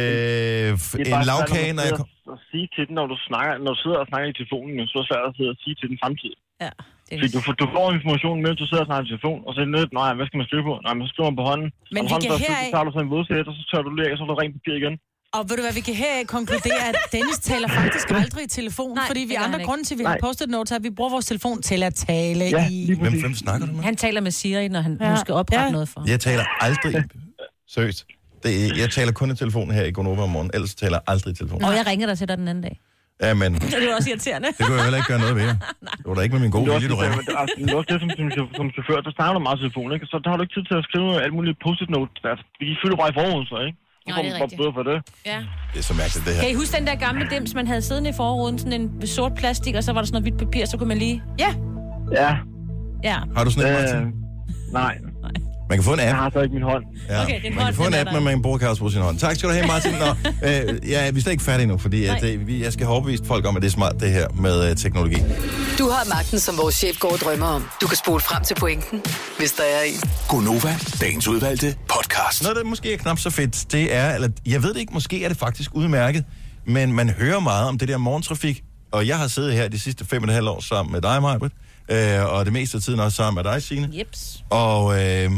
en lavkage, når jeg kommer... At sige til den, når du, snakker, når du sidder og snakker i telefonen, så er det svært at sidde og sige til den samtidig. Ja. Fordi du får, du får information, mens du sidder og snakker i telefon, og så er det nødt, nej, hvad skal man skrive på? Nej, men så skriver man på hånden. Men og vi hånden, kan så, heraf... så tager du så en vådsæt, og så tør du lige, og så er der rent papir igen. Og ved du hvad, vi kan heraf konkludere, at Dennis taler faktisk aldrig i telefon, Nej, fordi vi det gør andre han grunde til, at vi Nej. har postet notes, at vi bruger vores telefon til at tale Ja, i. lige Hvem, præcis. hvem snakker du med? Han taler med Siri, når han Ja. nu skal oprette Ja. noget for. Jeg taler aldrig... Seriøst. Det, er- jeg taler kun i telefonen her i Gonova om morgenen, ellers taler jeg aldrig i telefonen. Og jeg ringer dig til dig den anden dag. Ja, men Det er jo også irriterende. det kunne jeg heller ikke gøre noget ved. Det var da ikke med min gode Det er vilje, du også, ringer. det, det, altså, det er også det, som, som, som chauffør, der snakker du meget i telefon, ikke? Så der har du ikke tid til at skrive alt muligt post-it notes. Altså, de fylder bare i forruden, så, ikke? Så Nej, får det er man bare rigtigt. bøder for det. Ja. Det er så mærkeligt, det her. Kan I huske den der gamle dims, man havde siddende i forruden, sådan en sort plastik, og så var der sådan noget hvidt papir, så kunne man lige... Ja. Ja. Ja. Har du sådan en, Martin? Øh, nej. Man kan få en Jeg app. har så ikke min hånd. Ja. Okay, din man kan hånd, få en den er app, der. men man bruger kan også bruge sin hånd. Tak skal du have, Martin. Nå, øh, ja, vi er slet ikke færdige nu, fordi at, øh, vi, jeg skal have overbevist folk om, at det er smart, det her med øh, teknologi. Du har magten, som vores chef går og drømmer om. Du kan spole frem til pointen, hvis der er en. Gonova, dagens udvalgte podcast. Noget, der måske er knap så fedt, det er, eller jeg ved det ikke, måske er det faktisk udmærket, men man hører meget om det der morgentrafik, og jeg har siddet her de sidste fem og et halvt år sammen med dig, Majbrit, øh, og det meste af tiden også sammen med dig, Signe. Jeps. Og øh,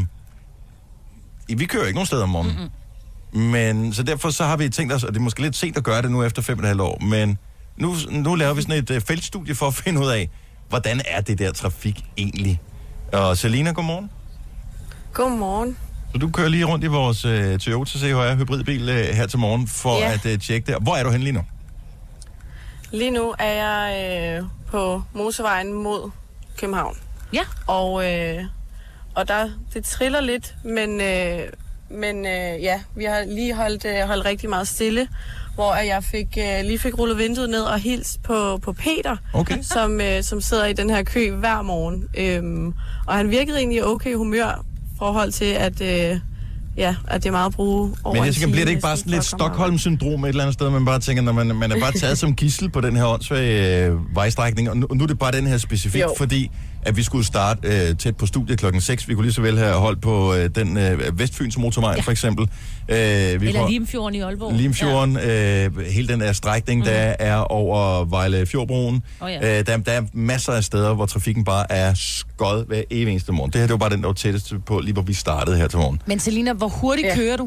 vi kører ikke nogen steder om morgenen. Mm-hmm. Men så derfor så har vi tænkt os, og det er måske lidt sent at gøre det nu efter fem og et halvt år, men nu, nu laver vi sådan et uh, feltstudie for at finde ud af, hvordan er det der trafik egentlig. Og Selina, godmorgen. Godmorgen. Så du kører lige rundt i vores uh, Toyota C H R hybridbil uh, her til morgen for Ja. at uh, tjekke det. Hvor er du henne lige nu? Lige nu er jeg øh, på motorvejen mod København. Ja. Og, øh, og der, det triller lidt, men, øh, men øh, ja, vi har lige holdt, øh, holdt rigtig meget stille, hvor jeg fik, øh, lige fik rullet vinduet ned og hilst på, på Peter, Okay. som, øh, som sidder i den her kø hver morgen. Øhm, og han virkede egentlig i okay humør i forhold til, at, øh, ja, at det er meget at bruge over Men en jeg tænker, bliver det ikke time bare næsten sådan lidt for at komme Stockholm-syndrom et eller andet sted, man bare tænker, når man, man er bare taget som gidsel på den her åndssvage øh, vejstrækning, og nu, nu er det bare den her specifikt, Jo. fordi at vi skulle starte øh, tæt på studiet klokken seks. Vi kunne lige så vel have holdt på øh, den øh, Vestfyns motorvej, ja. for eksempel. Øh, vi Eller får- Limfjorden i Aalborg. Limfjorden, ja. øh, hele den der strækning, mm. der er over Vejle-Fjordbroen. Oh, ja. øh, der, der er masser af steder, hvor trafikken bare er skød hver evig eneste morgen. Det her det var bare den, der var tættest på, lige hvor vi startede her til morgen. Men Selina, hvor hurtigt Ja. kører du?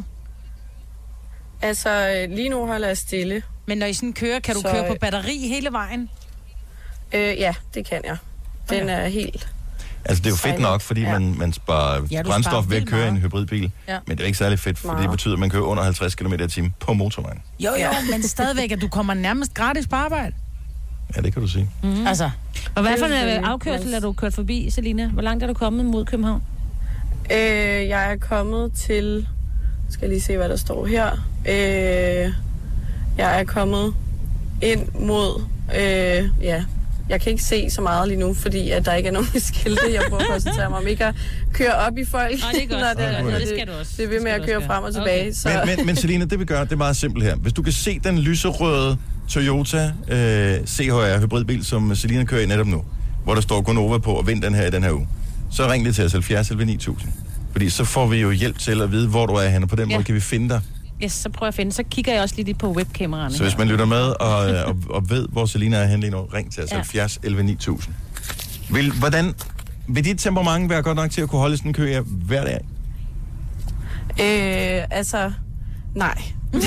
Altså, øh, lige nu holder jeg stille. Men når I sådan kører, kan du Så, køre på øh, batteri hele vejen? Øh, ja, det kan jeg. Den er helt... Altså, det er jo fedt Silent. nok, fordi Ja. man, man sparer Ja, du brændstof sparer ved at vildt køre i en meget. hybridbil. Ja. Men det er ikke særlig fedt, for det Meget. betyder, at man kører under halvtreds kilometer i timen på motorvejen. Jo, jo, men stadigvæk, at du kommer nærmest gratis på arbejde. Ja, det kan du sige. Mm. Altså, Og hvad for Det er en jo afkørsel nice. er du kørt forbi, Selina? Hvor langt er du kommet mod København? Øh, jeg er kommet til... Skal jeg lige se, hvad der står her. Øh, jeg er kommet ind mod... Øh, ja, jeg kan ikke se så meget lige nu, fordi at der ikke er nogen skilte. Jeg prøver at koncentrere mig om ikke at køre op i folk. Nej, det er godt. når Det er godt. når Ja, det skal du også. Det er ved Det med skal at du køre også frem og gøre. tilbage. Okay. Så, Men, men, men Selina, det vi gør, det er meget simpelt her. Hvis du kan se den lyserøde Toyota øh, C H R hybridbil, som Selina kører i netop nu, hvor der står Gonova på og vind den her i den her uge, så ring lige til os halvfjerds elleve ni tusind. Fordi så får vi jo hjælp til at vide, hvor du er henne. På den Ja. måde kan vi finde dig. Yes, så prøver jeg at finde. Så kigger jeg også lidt på webkameraerne. Så hvis man lytter med og, øh, og, og ved, hvor Selina er henne lige nu, ring til os Ja. halvfjerds elleve ni tusind. Vil, hvordan, vil dit temperament være godt nok til at kunne holde sådan en kø her hver dag? Øh, altså, nej.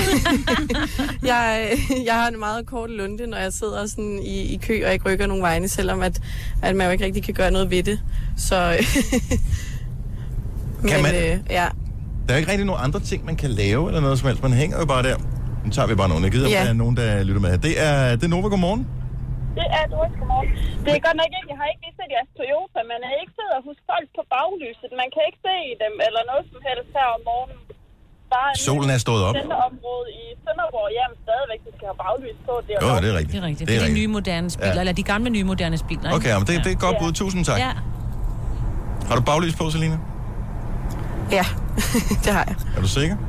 jeg, jeg har en meget kort lunte, når jeg sidder sådan i, i kø og ikke rykker nogen vegne, selvom at, at man jo ikke rigtig kan gøre noget ved det. Så... Kan men, man... øh, ja. Der er ikke rigtig nogen andre ting, man kan lave, eller noget som helst. Man hænger jo bare der. Nu tager vi bare nogen. Jeg gider, ja. Der er nogen, der lytter med her. Det er, det er Nova, godmorgen. Det er Doris, godmorgen. Det er godt nok ikke, jeg har ikke lige set jeres Toyota, men jeg har ikke siddet og huske folk på baglyset. Man kan ikke se dem eller noget som helst her om morgenen. Solen er stået op. Centerområde i Sønderborg, jamen stadigvæk, de skal have baglys på. Det er jo, det er rigtigt. Det er rigtigt. Det er, det er rigtigt. de nye moderne biler, ja. Eller de gamle nye moderne biler. Okay, men det, det er et godt bud. Tusind tak. Ja. Har du baglys på, Selina? Ja, det har jeg. Er du sikker?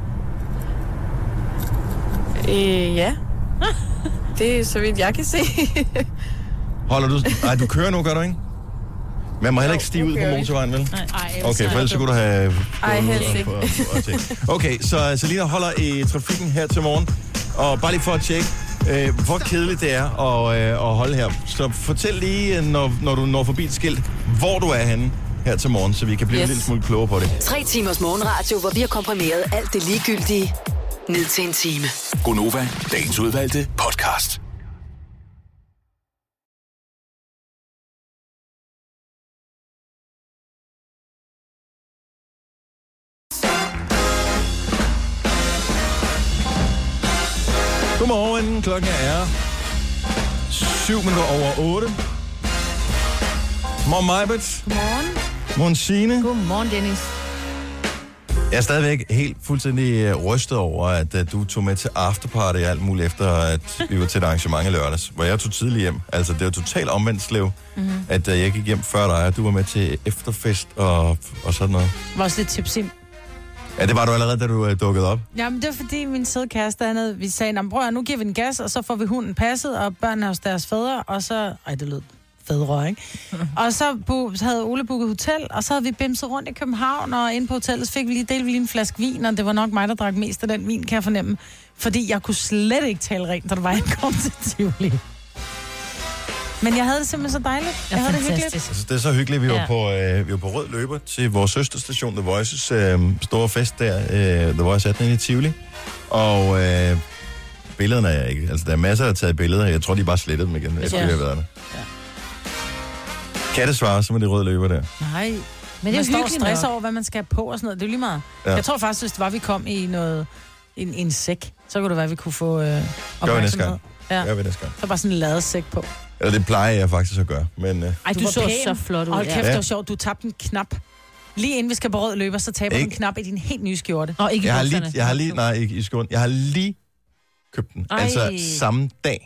Øh, ja. Det er så vidt jeg kan se. Holder du... Nej, du kører nu, gør du ikke? Man må heller ikke stige ud på motorvejen, vel? Nej, okay, for ellers så kunne du have... Ej, helst ikke. Okay, så Selina holder i trafikken her til morgen. Og bare lige for at tjekke, øh, hvor kedeligt det er at, øh, at holde her. Så fortæl lige, når, når du når forbi et skilt, hvor du er henne her til morgen, så vi kan blive yes. en lille smule klogere på det. Tre timers morgenradio, hvor vi har komprimeret alt det ligegyldige ned til en time. Gonova, dagens udvalgte podcast. Godmorgen, klokken er syv minutter over otte. Godmorgen, Majbert. Godmorgen. Godmorgen, Signe. Godmorgen, Dennis. Jeg er stadigvæk helt fuldstændig rystet over, at, at du tog med til afterparty og alt muligt, efter at vi var til et arrangement i lørdags, hvor jeg tog tidligt hjem. Altså, det var totalt omvendt slev, mm-hmm. at uh, jeg gik hjem før dig, og du var med til efterfest og, og sådan noget. Var også lidt tipsy. Ja, det var du allerede, da du uh, dukkede op. Jamen, det var fordi min søde kæreste, han havde, vi sagde, bror, nu giver vi den gas, og så får vi hunden passet, og børnene hos deres fædre, og så... Ej, det lød fædre, ikke? Og så bu- havde Ole booket hotel, og så havde vi bimset rundt i København, og inde på hotellet fik vi lige delt lige en flaske vin, og det var nok mig, der drak mest af den vin, kan jeg fornemme. Fordi jeg kunne slet ikke tale rent, da der var en kom til Tivoli. Men jeg havde det simpelthen så dejligt. Jeg ja, havde det hyggeligt. Altså, det er så hyggeligt. Vi, ja. var på, øh, vi var på rød løber til vores søsterstation, The Voices øh, store fest der, øh, The Voice atten i Tivoli. Og øh, billederne er ikke... Altså, der er masser af taget billeder. Jeg tror, de bare slettede dem igen. Jeg skulle have været der. Ja. Kan det svare, som er de røde løber der? Nej. Men det er jo stress over, hvad man skal have på og sådan noget. Det er jo lige meget. Ja. Jeg tror faktisk, hvis det var, vi kom i noget... En, en sæk, så kunne det være, at vi kunne få øh, opmærksomhed. Gør vi næste gang. Ja. Gør vi næste gang. Så bare sådan en ladet sæk på. Eller det plejer jeg faktisk at gøre, men... Øh... Ej, du, du så pæn. Så flot ud. Hold kæft, det var sjovt. Du tabte en knap. Lige inden vi skal på rød løber, så taber du en knap i din helt nye skjorte. Og ikke jeg har lige, jeg har lige, nej, ikke i skjorten. Jeg har lige købt den. Ej. Altså samme dag.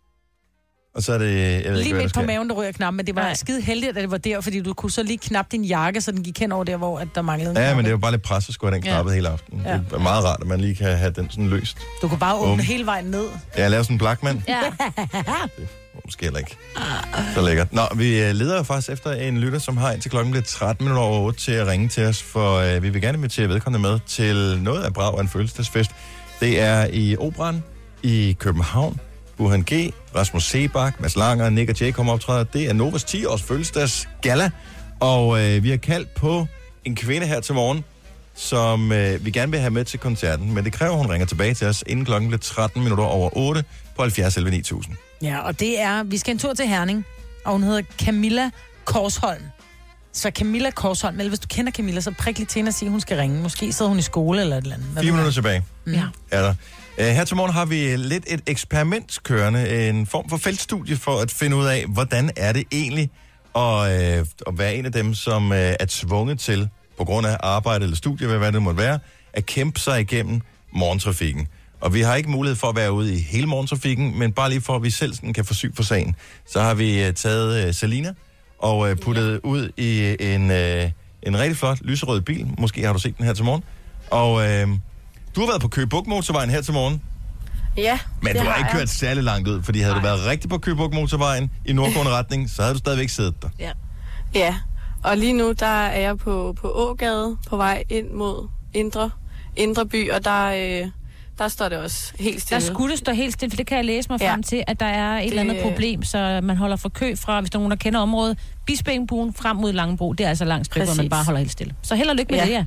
Og så er det... Jeg ved lige ikke, midt på maven, der ryger knap, men det var nej. skide heldigt, at det var der, fordi du kunne så lige knappe din jakke, så den gik hen over der, hvor at der manglede en Ja, knappe. men det var bare lidt pres, at skulle have den knappet ja. hele aftenen. Ja. Det er meget rart, at man lige kan have den sådan løst. Du kunne bare åbne um. hele vejen ned. Ja, jeg laver sådan en Blackman. Ja. Det måske heller ikke. Så lækkert. Nå, vi leder faktisk efter en lytter, som har indtil klokken bliver tretten minutter over otte til at ringe til os, for øh, vi vil gerne invitere vedkommende med til noget af Brag af en fødselsdagsfest. Det er i Operan i København. Burhan G, Rasmus Sebak, Mads Langer, Nick og Jay kommer optræder. Det er Novas ti års fødselsdags gala, og øh, vi har kaldt på en kvinde her til morgen, som øh, vi gerne vil have med til koncerten, men det kræver, at hun ringer tilbage til os, inden klokken bliver tretten minutter over otte på halvfjerds elleve ni tusind. Ja, og det er, vi skal en tur til Herning, og hun hedder Camilla Korsholm. Så Camilla Korsholm, eller hvis du kender Camilla, så prik lige til hende og sige, at hun skal ringe. Måske sidder hun i skole eller et eller andet. Fire minutter tilbage. Mm. Ja. Er der. Uh, her til morgen har vi lidt et eksperiment kørende, en form for feltstudie for at finde ud af, hvordan er det egentlig at, uh, at være en af dem, som uh, er tvunget til, på grund af arbejde eller studie, hvad det måtte være, at kæmpe sig igennem morgentrafikken. Og vi har ikke mulighed for at være ude i hele morgentrafikken, men bare lige for, at vi selv sådan kan få syg for sagen, så har vi uh, taget uh, Selina og uh, puttet ja. ud i en, uh, en rigtig flot lyserød bil. Måske har du set den her til morgen. Og uh, du har været på Køge Bugt motorvejen her til morgen. Ja, men du har, har ikke jeg. kørt særlig langt ud, fordi havde Nej. du været rigtig på Køge Bugt motorvejen i nordgående retning, så havde du stadigvæk siddet der. Ja. Ja, og lige nu der er jeg på, på Ågade på vej ind mod Indre, Indre By, og der, øh, der står det også helt stille. Der skulle det stå helt stille, for det kan jeg læse mig ja. frem til, at der er et det... eller andet problem, så man holder for kø fra, hvis der er nogen, der kender området, Bispeengbuen frem mod Langebro. Det er altså langt stykke, hvor man bare holder helt stille. Så held og lykke med ja. det, ja.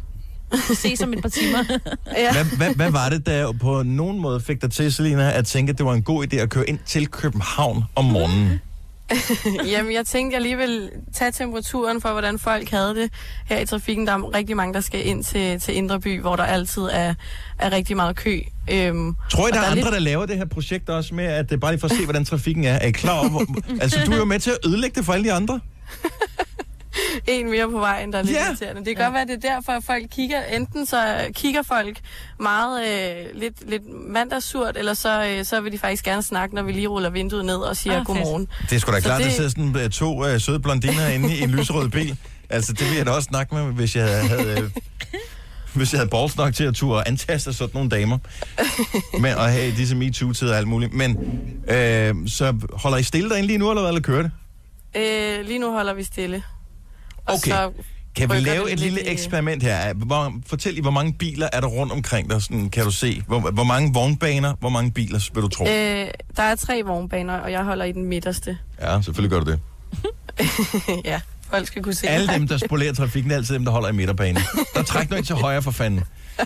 Vi ses om et par timer. Ja. Hvad, hvad, hvad var det, der på nogen måde fik dig til, Selina, at tænke, at det var en god idé at køre ind til København om morgenen? Jamen, jeg tænkte, jeg lige vil tage temperaturen for, hvordan folk havde det her i trafikken. Der er rigtig mange, der skal ind til, til Indre By, hvor der altid er, er rigtig meget kø. Øhm, Tror I, der er, der andre, lidt... der laver det her projekt også med, at det bare lige for at se, hvordan trafikken er? Er I klar over? Altså, du er jo med til at ødelægge det for alle de andre. En mere på vejen, der er lidt Ja. irriterende. Det kan godt være, det er derfor, at folk kigger. Enten så kigger folk meget øh, lidt, lidt mandagssurt, eller så, øh, så vil de faktisk gerne snakke, når vi lige ruller vinduet ned og siger Ah, godmorgen. Det er sgu da Så klart, det- der sidder sådan uh, to uh, søde blondiner inde i en lyserød bil. Altså, det vil jeg da også snakke med, hvis jeg havde... Uh, hvis jeg havde balls nok til at turde og antaste sådan nogle damer. Men at have disse MeToo-tider og alt muligt. Men øh, så holder I stille derinde lige nu, eller hvad, eller kører det? Øh, lige nu holder vi stille. Og Okay. så Kan vi rykker lave det et lidt lille i- eksperiment her? Hvor, fortæl I, hvor mange biler er der rundt omkring dig? Sådan, kan du se? Hvor, hvor mange vognbaner, hvor mange biler, vil du tro? Øh, der er tre vognbaner, og jeg holder i den midterste. Ja, selvfølgelig gør du det. Ja, folk skal kunne se Alle mig. dem, der spolerer trafikken, er altid dem, der holder i midterbanen. Der træk nu ind til højre for fanden.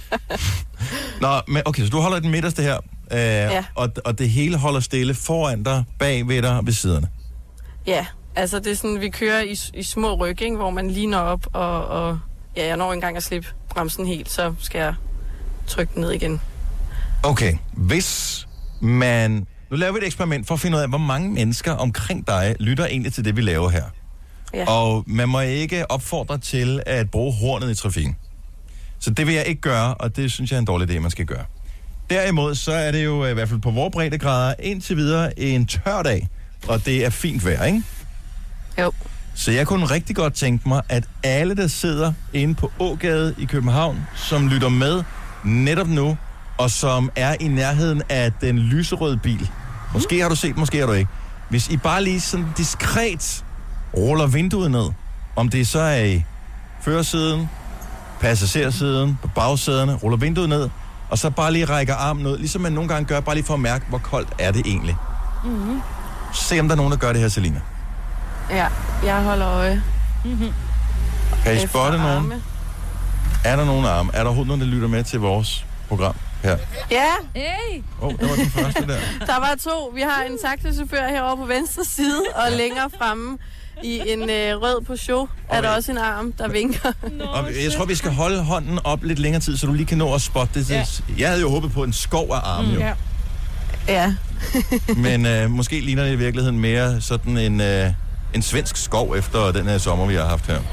Nå, men okay, så du holder i den midterste her, øh, ja. og, og det hele holder stille foran dig, bag ved dig og ved siderne. Ja, altså det er sådan, vi kører i, i små ryg, ikke, hvor man lige når op, og, og ja, jeg når ikke engang at slippe bremsen helt, så skal jeg trykke den ned igen. Okay, hvis man... Nu laver vi et eksperiment for at finde ud af, hvor mange mennesker omkring dig lytter egentlig til det, vi laver her. Ja. Og man må ikke opfordre til at bruge hornet i trafikken. Så det vil jeg ikke gøre, og det synes jeg er en dårlig idé, man skal gøre. Derimod, så er det jo i hvert fald på vores breddegrader indtil videre en tør dag, og det er fint vejr, ikke? Jo. Så jeg kunne rigtig godt tænke mig, at alle, der sidder inde på Ågade i København, som lytter med netop nu, og som er i nærheden af den lyserøde bil. Måske har du set, måske har du ikke. Hvis I bare lige sådan diskret ruller vinduet ned, om det så er i førersiden, passagersiden, på bagsæderne, ruller vinduet ned, og så bare lige rækker armen ud, ligesom man nogle gange gør, bare lige for at mærke, hvor koldt er det egentlig. Mm-hmm. Se om der er nogen, der gør det her, Selina. Ja, jeg holder øje. Mm-hmm. Kan I Efter spotte nogen? arme. Er der nogen arme? Er der overhovedet nogen, der lytter med til vores program her? Ja, Hey! Åh, oh, der var den første der. der var to. Vi har en taxichauffør herovre på venstre side, og længere fremme i en øh, rød på show er der også en arm, der vinker. Og jeg tror, vi skal holde hånden op lidt længere tid, så du lige kan nå at spotte det. Ja. Jeg havde jo håbet på en skov af arme, Mm, jo. ja. Ja. Men øh, måske ligner det i virkeligheden mere sådan en, øh, en svensk skov efter den her sommer, vi har haft her.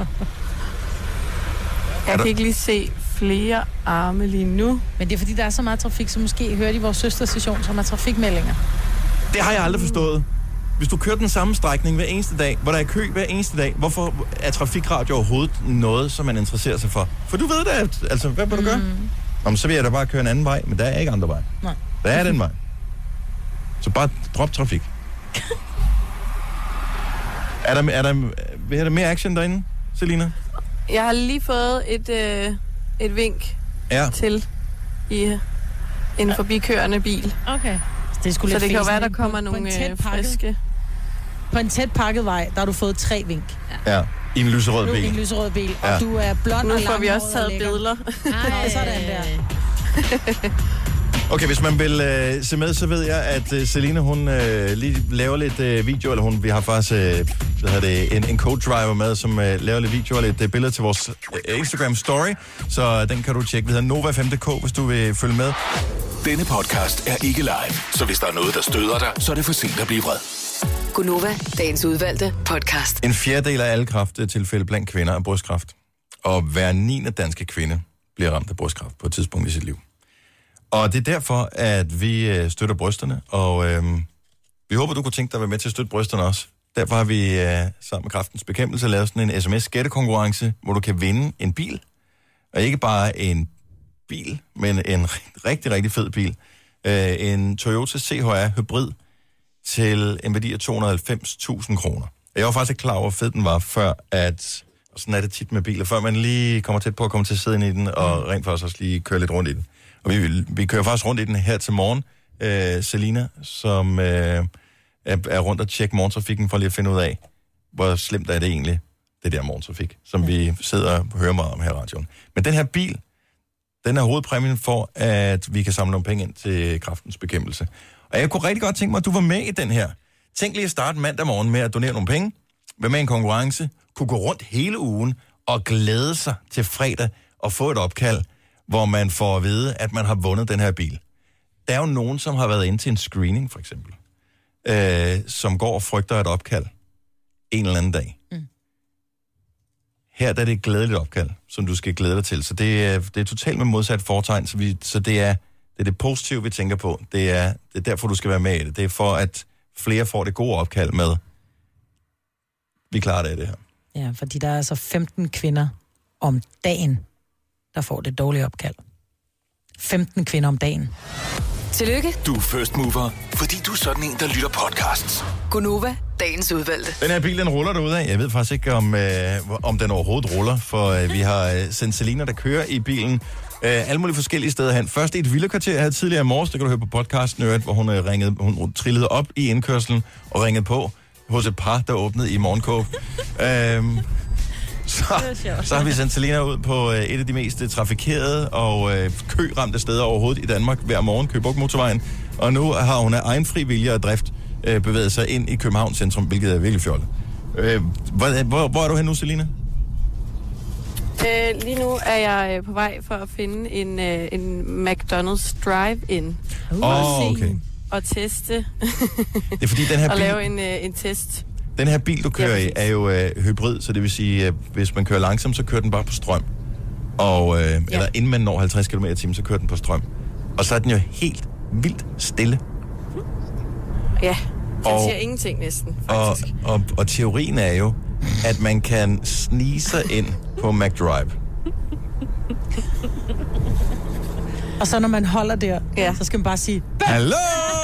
Jeg kan ikke lige se flere arme lige nu. Men det er fordi, der er så meget trafik, så måske hører de vores søsterstation, som har trafikmeldinger. Det har jeg aldrig forstået. Hvis du kører den samme strækning hver eneste dag, hvor der er kø hver eneste dag, hvorfor er trafikradio overhovedet noget, som man interesserer sig for? For du ved det, altså, hvad vil du gøre? Mm. Jamen, så vil jeg da bare køre en anden vej, men der er ikke andre vej. Nej. Der er den vej. Så bare drop trafik. er der, er der, vil der mere action derinde, Selina? Jeg har lige fået et, øh, et vink Ja. til i en forbikørende bil. Okay. Det er sgu Så lidt det kan jo fesen, være, der ikke? kommer På- på nogle en tæt øh, pakket- friske. På en tæt pakket vej, der har du fået tre vink. Ja, i en lyserød Nu i en bil. lyserød bil, Ja. og du er blond Nu og får vi langhåret også taget og lækker. billeder. Ej, sådan der. Okay, hvis man vil øh, se med, så ved jeg, at øh, Selina, hun øh, lige laver lidt øh, video, eller hun, vi har faktisk øh, hvad hedder det, en, en co-driver med, som øh, laver lidt video og lidt øh, billeder til vores øh, Instagram story, så den kan du tjekke. Vi hedder Nova fem punktum d k, hvis du vil følge med. Denne podcast er ikke live, så hvis der er noget, der støder dig, så er det for sent at blive vred. Gunova, dagens udvalgte podcast. En fjerdedel af alle kræfttilfælde blandt kvinder er brystkræft, og hver niende danske kvinde bliver ramt af brystkræft på et tidspunkt i sit liv. Og det er derfor, at vi øh, støtter brysterne, og øh, vi håber, du kunne tænke dig at være med til at støtte brysterne også. Derfor har vi øh, sammen med Kræftens Bekæmpelse lavet sådan en sms-gættekonkurrence, hvor du kan vinde en bil. Og ikke bare en bil, men en rigtig, rigtig fed bil. Øh, en Toyota C H R Hybrid til en værdi af to hundrede og halvfems tusind kroner. Jeg var faktisk ikke klar over, hvor fed den var, før at... Og sådan er det tit med biler, før man lige kommer tæt på at komme til at sidde inde i den, og rent faktisk også lige køre lidt rundt i den. Og vi, vi kører faktisk rundt i den her til morgen. Øh, Selina, som øh, er, er rundt og tjekke morgentrafikken for lige at finde ud af, hvor slemt er det egentlig, det der morgentrafik, som ja. vi sidder og hører meget om her i radioen. Men den her bil, den er hovedpræmien for, at vi kan samle nogle penge ind til Kræftens Bekæmpelse. Og jeg kunne rigtig godt tænke mig, at du var med i den her. Tænk lige at starte mandag morgen med at donere nogle penge, være med i en konkurrence, kunne gå rundt hele ugen og glæde sig til fredag og få et opkald, hvor man får at vide, at man har vundet den her bil. Der er jo nogen, som har været inde til en screening, for eksempel, øh, som går og frygter et opkald en eller anden dag. Mm. Her der er det et glædeligt opkald, som du skal glæde dig til. Så det er, det er totalt med modsat fortegn, så, vi, så det, er, det er det positive, vi tænker på. Det er, det er derfor, du skal være med i det. Det er for, at flere får det gode opkald med. Vi klarer det i det her. Ja, fordi der er altså femten kvinder om dagen, der får det dårlige opkald. femten kvinder om dagen. Tillykke. Du er first mover, fordi du er sådan en, der lytter podcasts. Gunova, dagens udvalgte. Den her bil, den ruller derudad. Jeg ved faktisk ikke, om, øh, om den overhovedet ruller, for øh, vi har øh, sendt Selina, der kører i bilen øh, alle mulige forskellige steder hen. Først i et villakvarter her tidligere i morges, der kan du høre på podcasten, hvor hun, øh, ringede, hun trillede op i indkørslen og ringede på hos et par, der åbnede i morgenkåb. øhm, så, så har vi sendt Selina ud på øh, et af de mest trafikerede og øh, køramte steder overhovedet i Danmark hver morgen, Køge Bugt Motorvejen. Og nu har hun af egen fri vilje og drift øh, bevæget sig ind i Københavns centrum, hvilket er virkelig fjollet. Øh, hvor, hvor, hvor er du hen nu, Selina? Øh, lige nu er jeg på vej for at finde en, øh, en McDonald's drive-in. Åh, oh, okay. Og teste. Det er fordi, den her og bil... lave en, øh, en test. Den her bil, du kører ja, i, er jo øh, hybrid, så det vil sige, at hvis man kører langsomt, så kører den bare på strøm. Og, øh, ja. Eller inden man når halvtreds kilometer i timen, så kører den på strøm. Og så er den jo helt vildt stille. Ja, den og, siger ingenting næsten, faktisk. Og, og, og teorien er jo, at man kan snige sig ind på McDrive. Og så når man holder der, ja. så skal man bare sige... Hallo!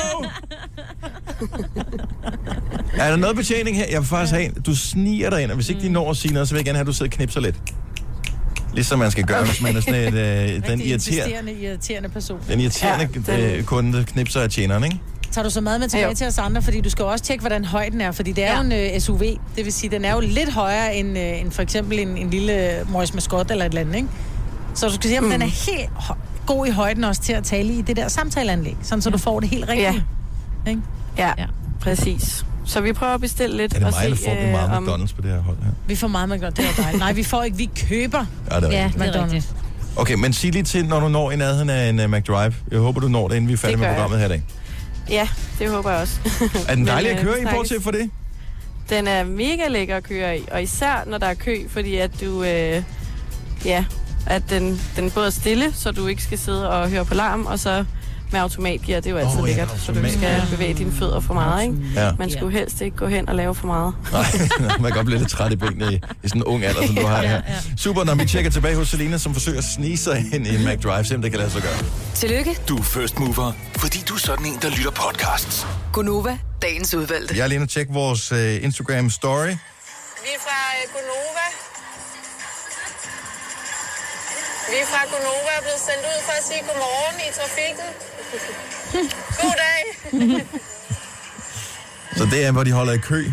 Er der noget betjening her? Jeg vil faktisk have en. Du sniger dig ind, og hvis ikke de når at sige noget, så vil jeg gerne have, at du sidder og knipser lidt. Ligesom man skal gøre, okay. hvis man er sådan et, øh, den irriterende, irriterende person. Den irriterende ja, den... kunde knipser af tjeneren, ikke? Tager du så meget med tilbage ja. til os andre, fordi du skal også tjekke, hvordan høj den er, fordi det er ja. jo en uh, S U V. Det vil sige, den er jo lidt højere end, uh, end for eksempel en, en lille Morris Mascot eller et eller andet, ikke? Så du skal sige, om mm. den er helt god i højden også til at tale i det der samtaleanlæg, sådan så du får det helt rigtigt. Ja, ikke? Ja, ja. Præcis. Så vi prøver at bestille lidt. Er det mig, se, eller får vi meget om... McDonald's på det her hold her? Vi får meget McDonald's, det er dejligt. Nej, vi får ikke, vi køber ja, det er ja, McDonald's. Okay, men sig lige til, når du når i nærheden af en uh, McDrive. Jeg håber, du når det, inden vi er færdige med programmet her i dag. Ja, det håber jeg også. Er den dejlig at køre i, bortset for det? Den er mega lækker at køre i, og især når der er kø, fordi at du, øh, ja, at den, den både er stille, så du ikke skal sidde og høre på larm, og så med automatgear, det er jo altid oh, lækkert, ja, så du ikke skal bevæge dine fødder for meget, ikke? Ja. Man skulle helst ikke gå hen og lave for meget. Nej, man kan godt blive lidt træt i benene i, i sådan en ung alder, som du har her. Ja, ja. Super, når vi tjekker tilbage hos Selina, som forsøger at snige sig ind i en McDrive, se om det kan lade sig gøre. Tillykke. Du er first mover, fordi du er sådan en, der lytter podcasts. Gunova, dagens udvalgte. Jeg er lige inde og tjekke vores uh, Instagram story. Vi er fra uh, Gunova. Vi er fra Gunova er blevet sendt ud for at sige godmorgen i trafikken. God dag. Så det er, hvor de holder i kø.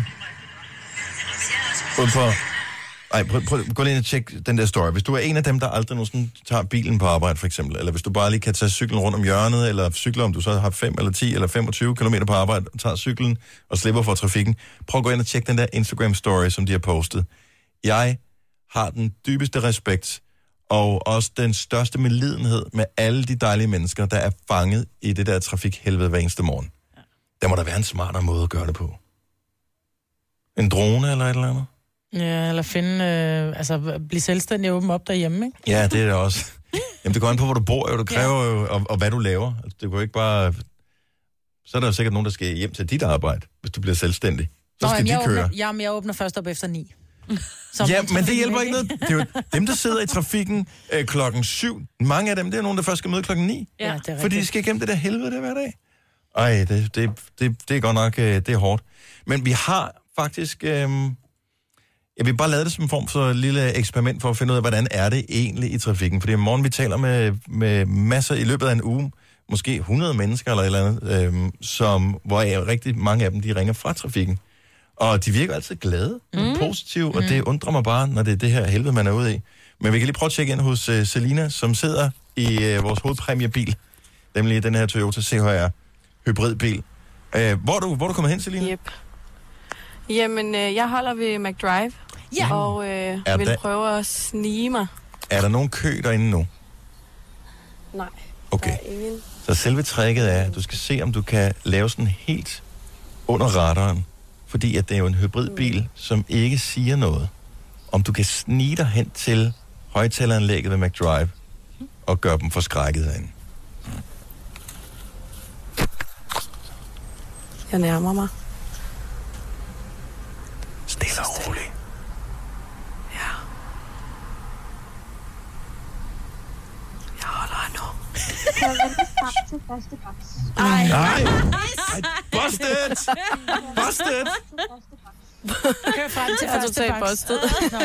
Ude på... Ej, prøv, prøv, gå lige ind og tjek den der story. Hvis du er en af dem, der aldrig nogensinde tager bilen på arbejde, for eksempel, eller hvis du bare lige kan tage cyklen rundt om hjørnet, eller cykler, om du så har fem eller ti eller femogtyve kilometer på arbejde, tager cyklen og slipper for trafikken, prøv at gå ind og tjek den der Instagram-story, som de har postet. Jeg har den dybeste respekt og også den største medlidenhed med alle de dejlige mennesker, der er fanget i det der trafikhelvede hver eneste morgen. Ja. Der må der være en smartere måde at gøre det på. En drone eller et eller andet? Ja, eller finde, øh, altså blive selvstændig og åbne op derhjemme, ikke? Ja, det er det også. Jamen, det går an på, hvor du bor, jo. Du kræver ja. jo, og, og hvad du laver. Altså, det går ikke bare... Så er der jo sikkert nogen, der skal hjem til dit arbejde, hvis du bliver selvstændig. Så skal Nå, de køre. Åbner, jamen, jeg åbner først op efter ni. Ja, men det hjælper ikke noget. Det er jo dem, der sidder i trafikken øh, klokken syv. Mange af dem, det er nogen, der først skal møde klokken ni. Ja, det er fordi de skal igennem det der helvede der hver dag. Ej, det, det, det, det er godt nok, øh, det er hårdt. Men vi har faktisk... Øh, jeg vil bare lade det som en form for et lille eksperiment for at finde ud af, hvordan er det egentlig i trafikken. Fordi i morgen vi taler med, med masser i løbet af en uge, måske hundrede mennesker eller et eller andet, øh, som, hvor rigtig mange af dem, de ringer fra trafikken. Og de virker altid glade, mm. positive, og det undrer mig bare, når det er det her helvede, man er ude i. Men vi kan lige prøve at tjekke ind hos uh, Selina, som sidder i uh, vores hovedpræmiebil, nemlig den her Toyota C H R hybridbil. Uh, hvor, er du, hvor er du kommet hen, Selina? Yep. Jamen, øh, jeg holder ved McDrive, ja. og øh, vil der... prøve at snige mig. Er der nogen kø derinde nu? Nej, okay. der er ingen. Så selve tricket er, at du skal se, om du kan lave sådan helt under radaren. Fordi at det er jo en hybridbil, som ikke siger noget. Om du kan snige dig hen til højtaleranlægget ved McDrive og gøre dem forskrækket herinde. Jeg nærmer mig. Stille og roligt. Ja. Jeg holder nu. Jeg venter frem til første boks. Ej. Nej. Ej. Busted. Busted. Kører frem til Jeg er første totalt boks. busted. Nå.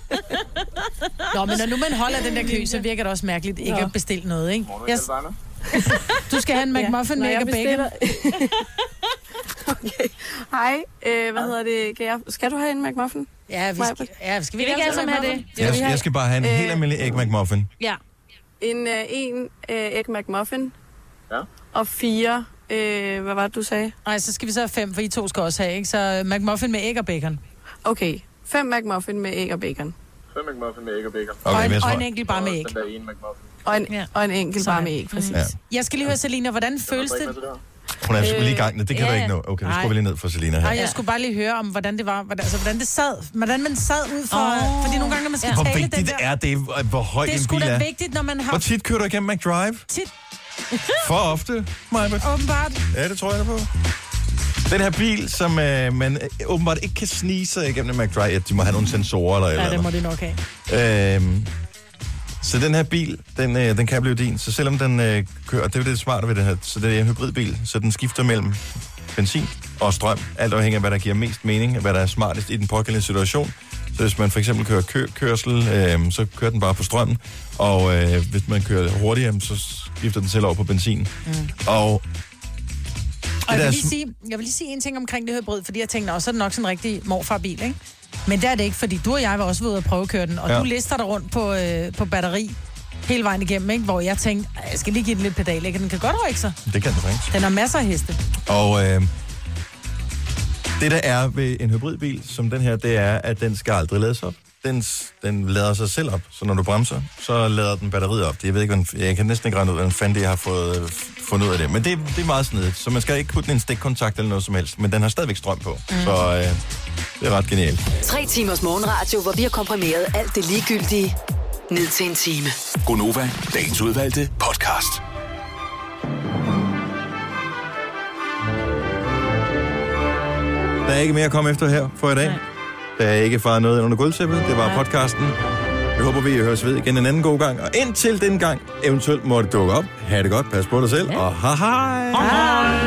Nå, men når nu man holder den der kø, så virker det også mærkeligt ikke Nå. at bestille noget, ikke? Jeg... Du skal have en McMuffin Når med jeg æg og bacon. bestiller- Okay. Hej, øh, hvad hedder det? Kan jeg... Skal du have en McMuffin? Ja, vi skal, ja, skal vi Vil vi ikke alle sammen have det? Jeg, jeg skal bare have en Øh, helt almindelig æg McMuffin. Ja. En, øh, en øh, æg McMuffin. Ja. Og fire, øh, hvad var det, du sagde? Nej, så skal vi så have fem, for I to skal også have, ikke? Så McMuffin med æg og bacon. Okay, fem McMuffin med æg og bacon. Fem McMuffin med æg og bacon. Okay, og, en, jeg tror- og en enkelt bare med æg. Den der ene McMuffin. Og en, Ja. og en enkelt bare med æg, præcis. Ja. Jeg skal lige høre, Selina, hvordan føles det? Hun er sgu lige i gang. Det kan Øh, du ja. ikke nå. Okay, vi Nej. skruer lige ned for Selina her. Nej, jeg skulle bare lige høre om, hvordan det var, hvordan, altså, hvordan det sad, hvordan man sad ud for, oh. fordi nogle gange, når man skal Hvor tale vigtigt den der... er det, hvor høj Det er en sgu bil da er? vigtigt, når man har... Hvor tit kører du igennem McDrive? Tit. For ofte, Majbert? Åbenbart. Ja, det tror jeg da på. Den her bil, som øh, man øh, åbenbart ikke kan snige sig igennem McDrive, ja, de må have nogle sensorer eller Ja, eller det må andet. det nok have. Øhm, så den her bil, den, øh, den kan blive din. Så selvom den øh, kører, det er jo det smarte ved det her, så det er en hybridbil, så den skifter mellem benzin og strøm, alt afhængig af, hvad der giver mest mening, hvad der er smartest i den pågældende situation. Så hvis man for eksempel kører kø- kørsel, øh, så kører den bare på strømmen, og øh, hvis man kører hurtigere, så skifter den selv over på benzin. Mm. Og Og jeg der vil, er lige sm- sige, jeg vil lige sige en ting omkring det hybrid, fordi jeg tænkte også, så er det nok sådan en rigtig morfarbil, ikke? Men det er det ikke, fordi du og jeg var også ude og prøve at køre den, og Ja. ja. du lister dig rundt på, øh, på batteri hele vejen igennem, ikke? Hvor jeg tænkte, "Ej, jeg skal lige give den lidt pedal, ikke? Den kan godt rykke sig. det kan den faktisk. Den har masser af heste. Og øh, det, der er ved en hybridbil som den her, det er, at den skal aldrig lades op. Den, den lader sig selv op, så når du bremser, så lader den batteriet op. Jeg ved ikke, hvordan, jeg kan næsten ikke regne ud, hvordan fanden det, jeg har fået, øh, fundet ud af det. Men det, det er meget snedigt, så man skal ikke putte den i en stikkontakt eller noget som helst. Men den har stadigvæk strøm på, mm. så øh, det er ret genialt. Tre timers morgenradio, hvor vi har komprimeret alt det ligegyldige ned til en time. Gonova, dagens udvalgte podcast. Der er ikke mere at komme efter her for i dag. Nej. Der er ikke faret noget under gulvtæppet. Det var ja. podcasten. Vi håber, vi høres ved igen en anden god gang. Og indtil den gang eventuelt måtte dukke op. Ha' det godt. Pas på dig selv. Ja. Og hej hej. Hej.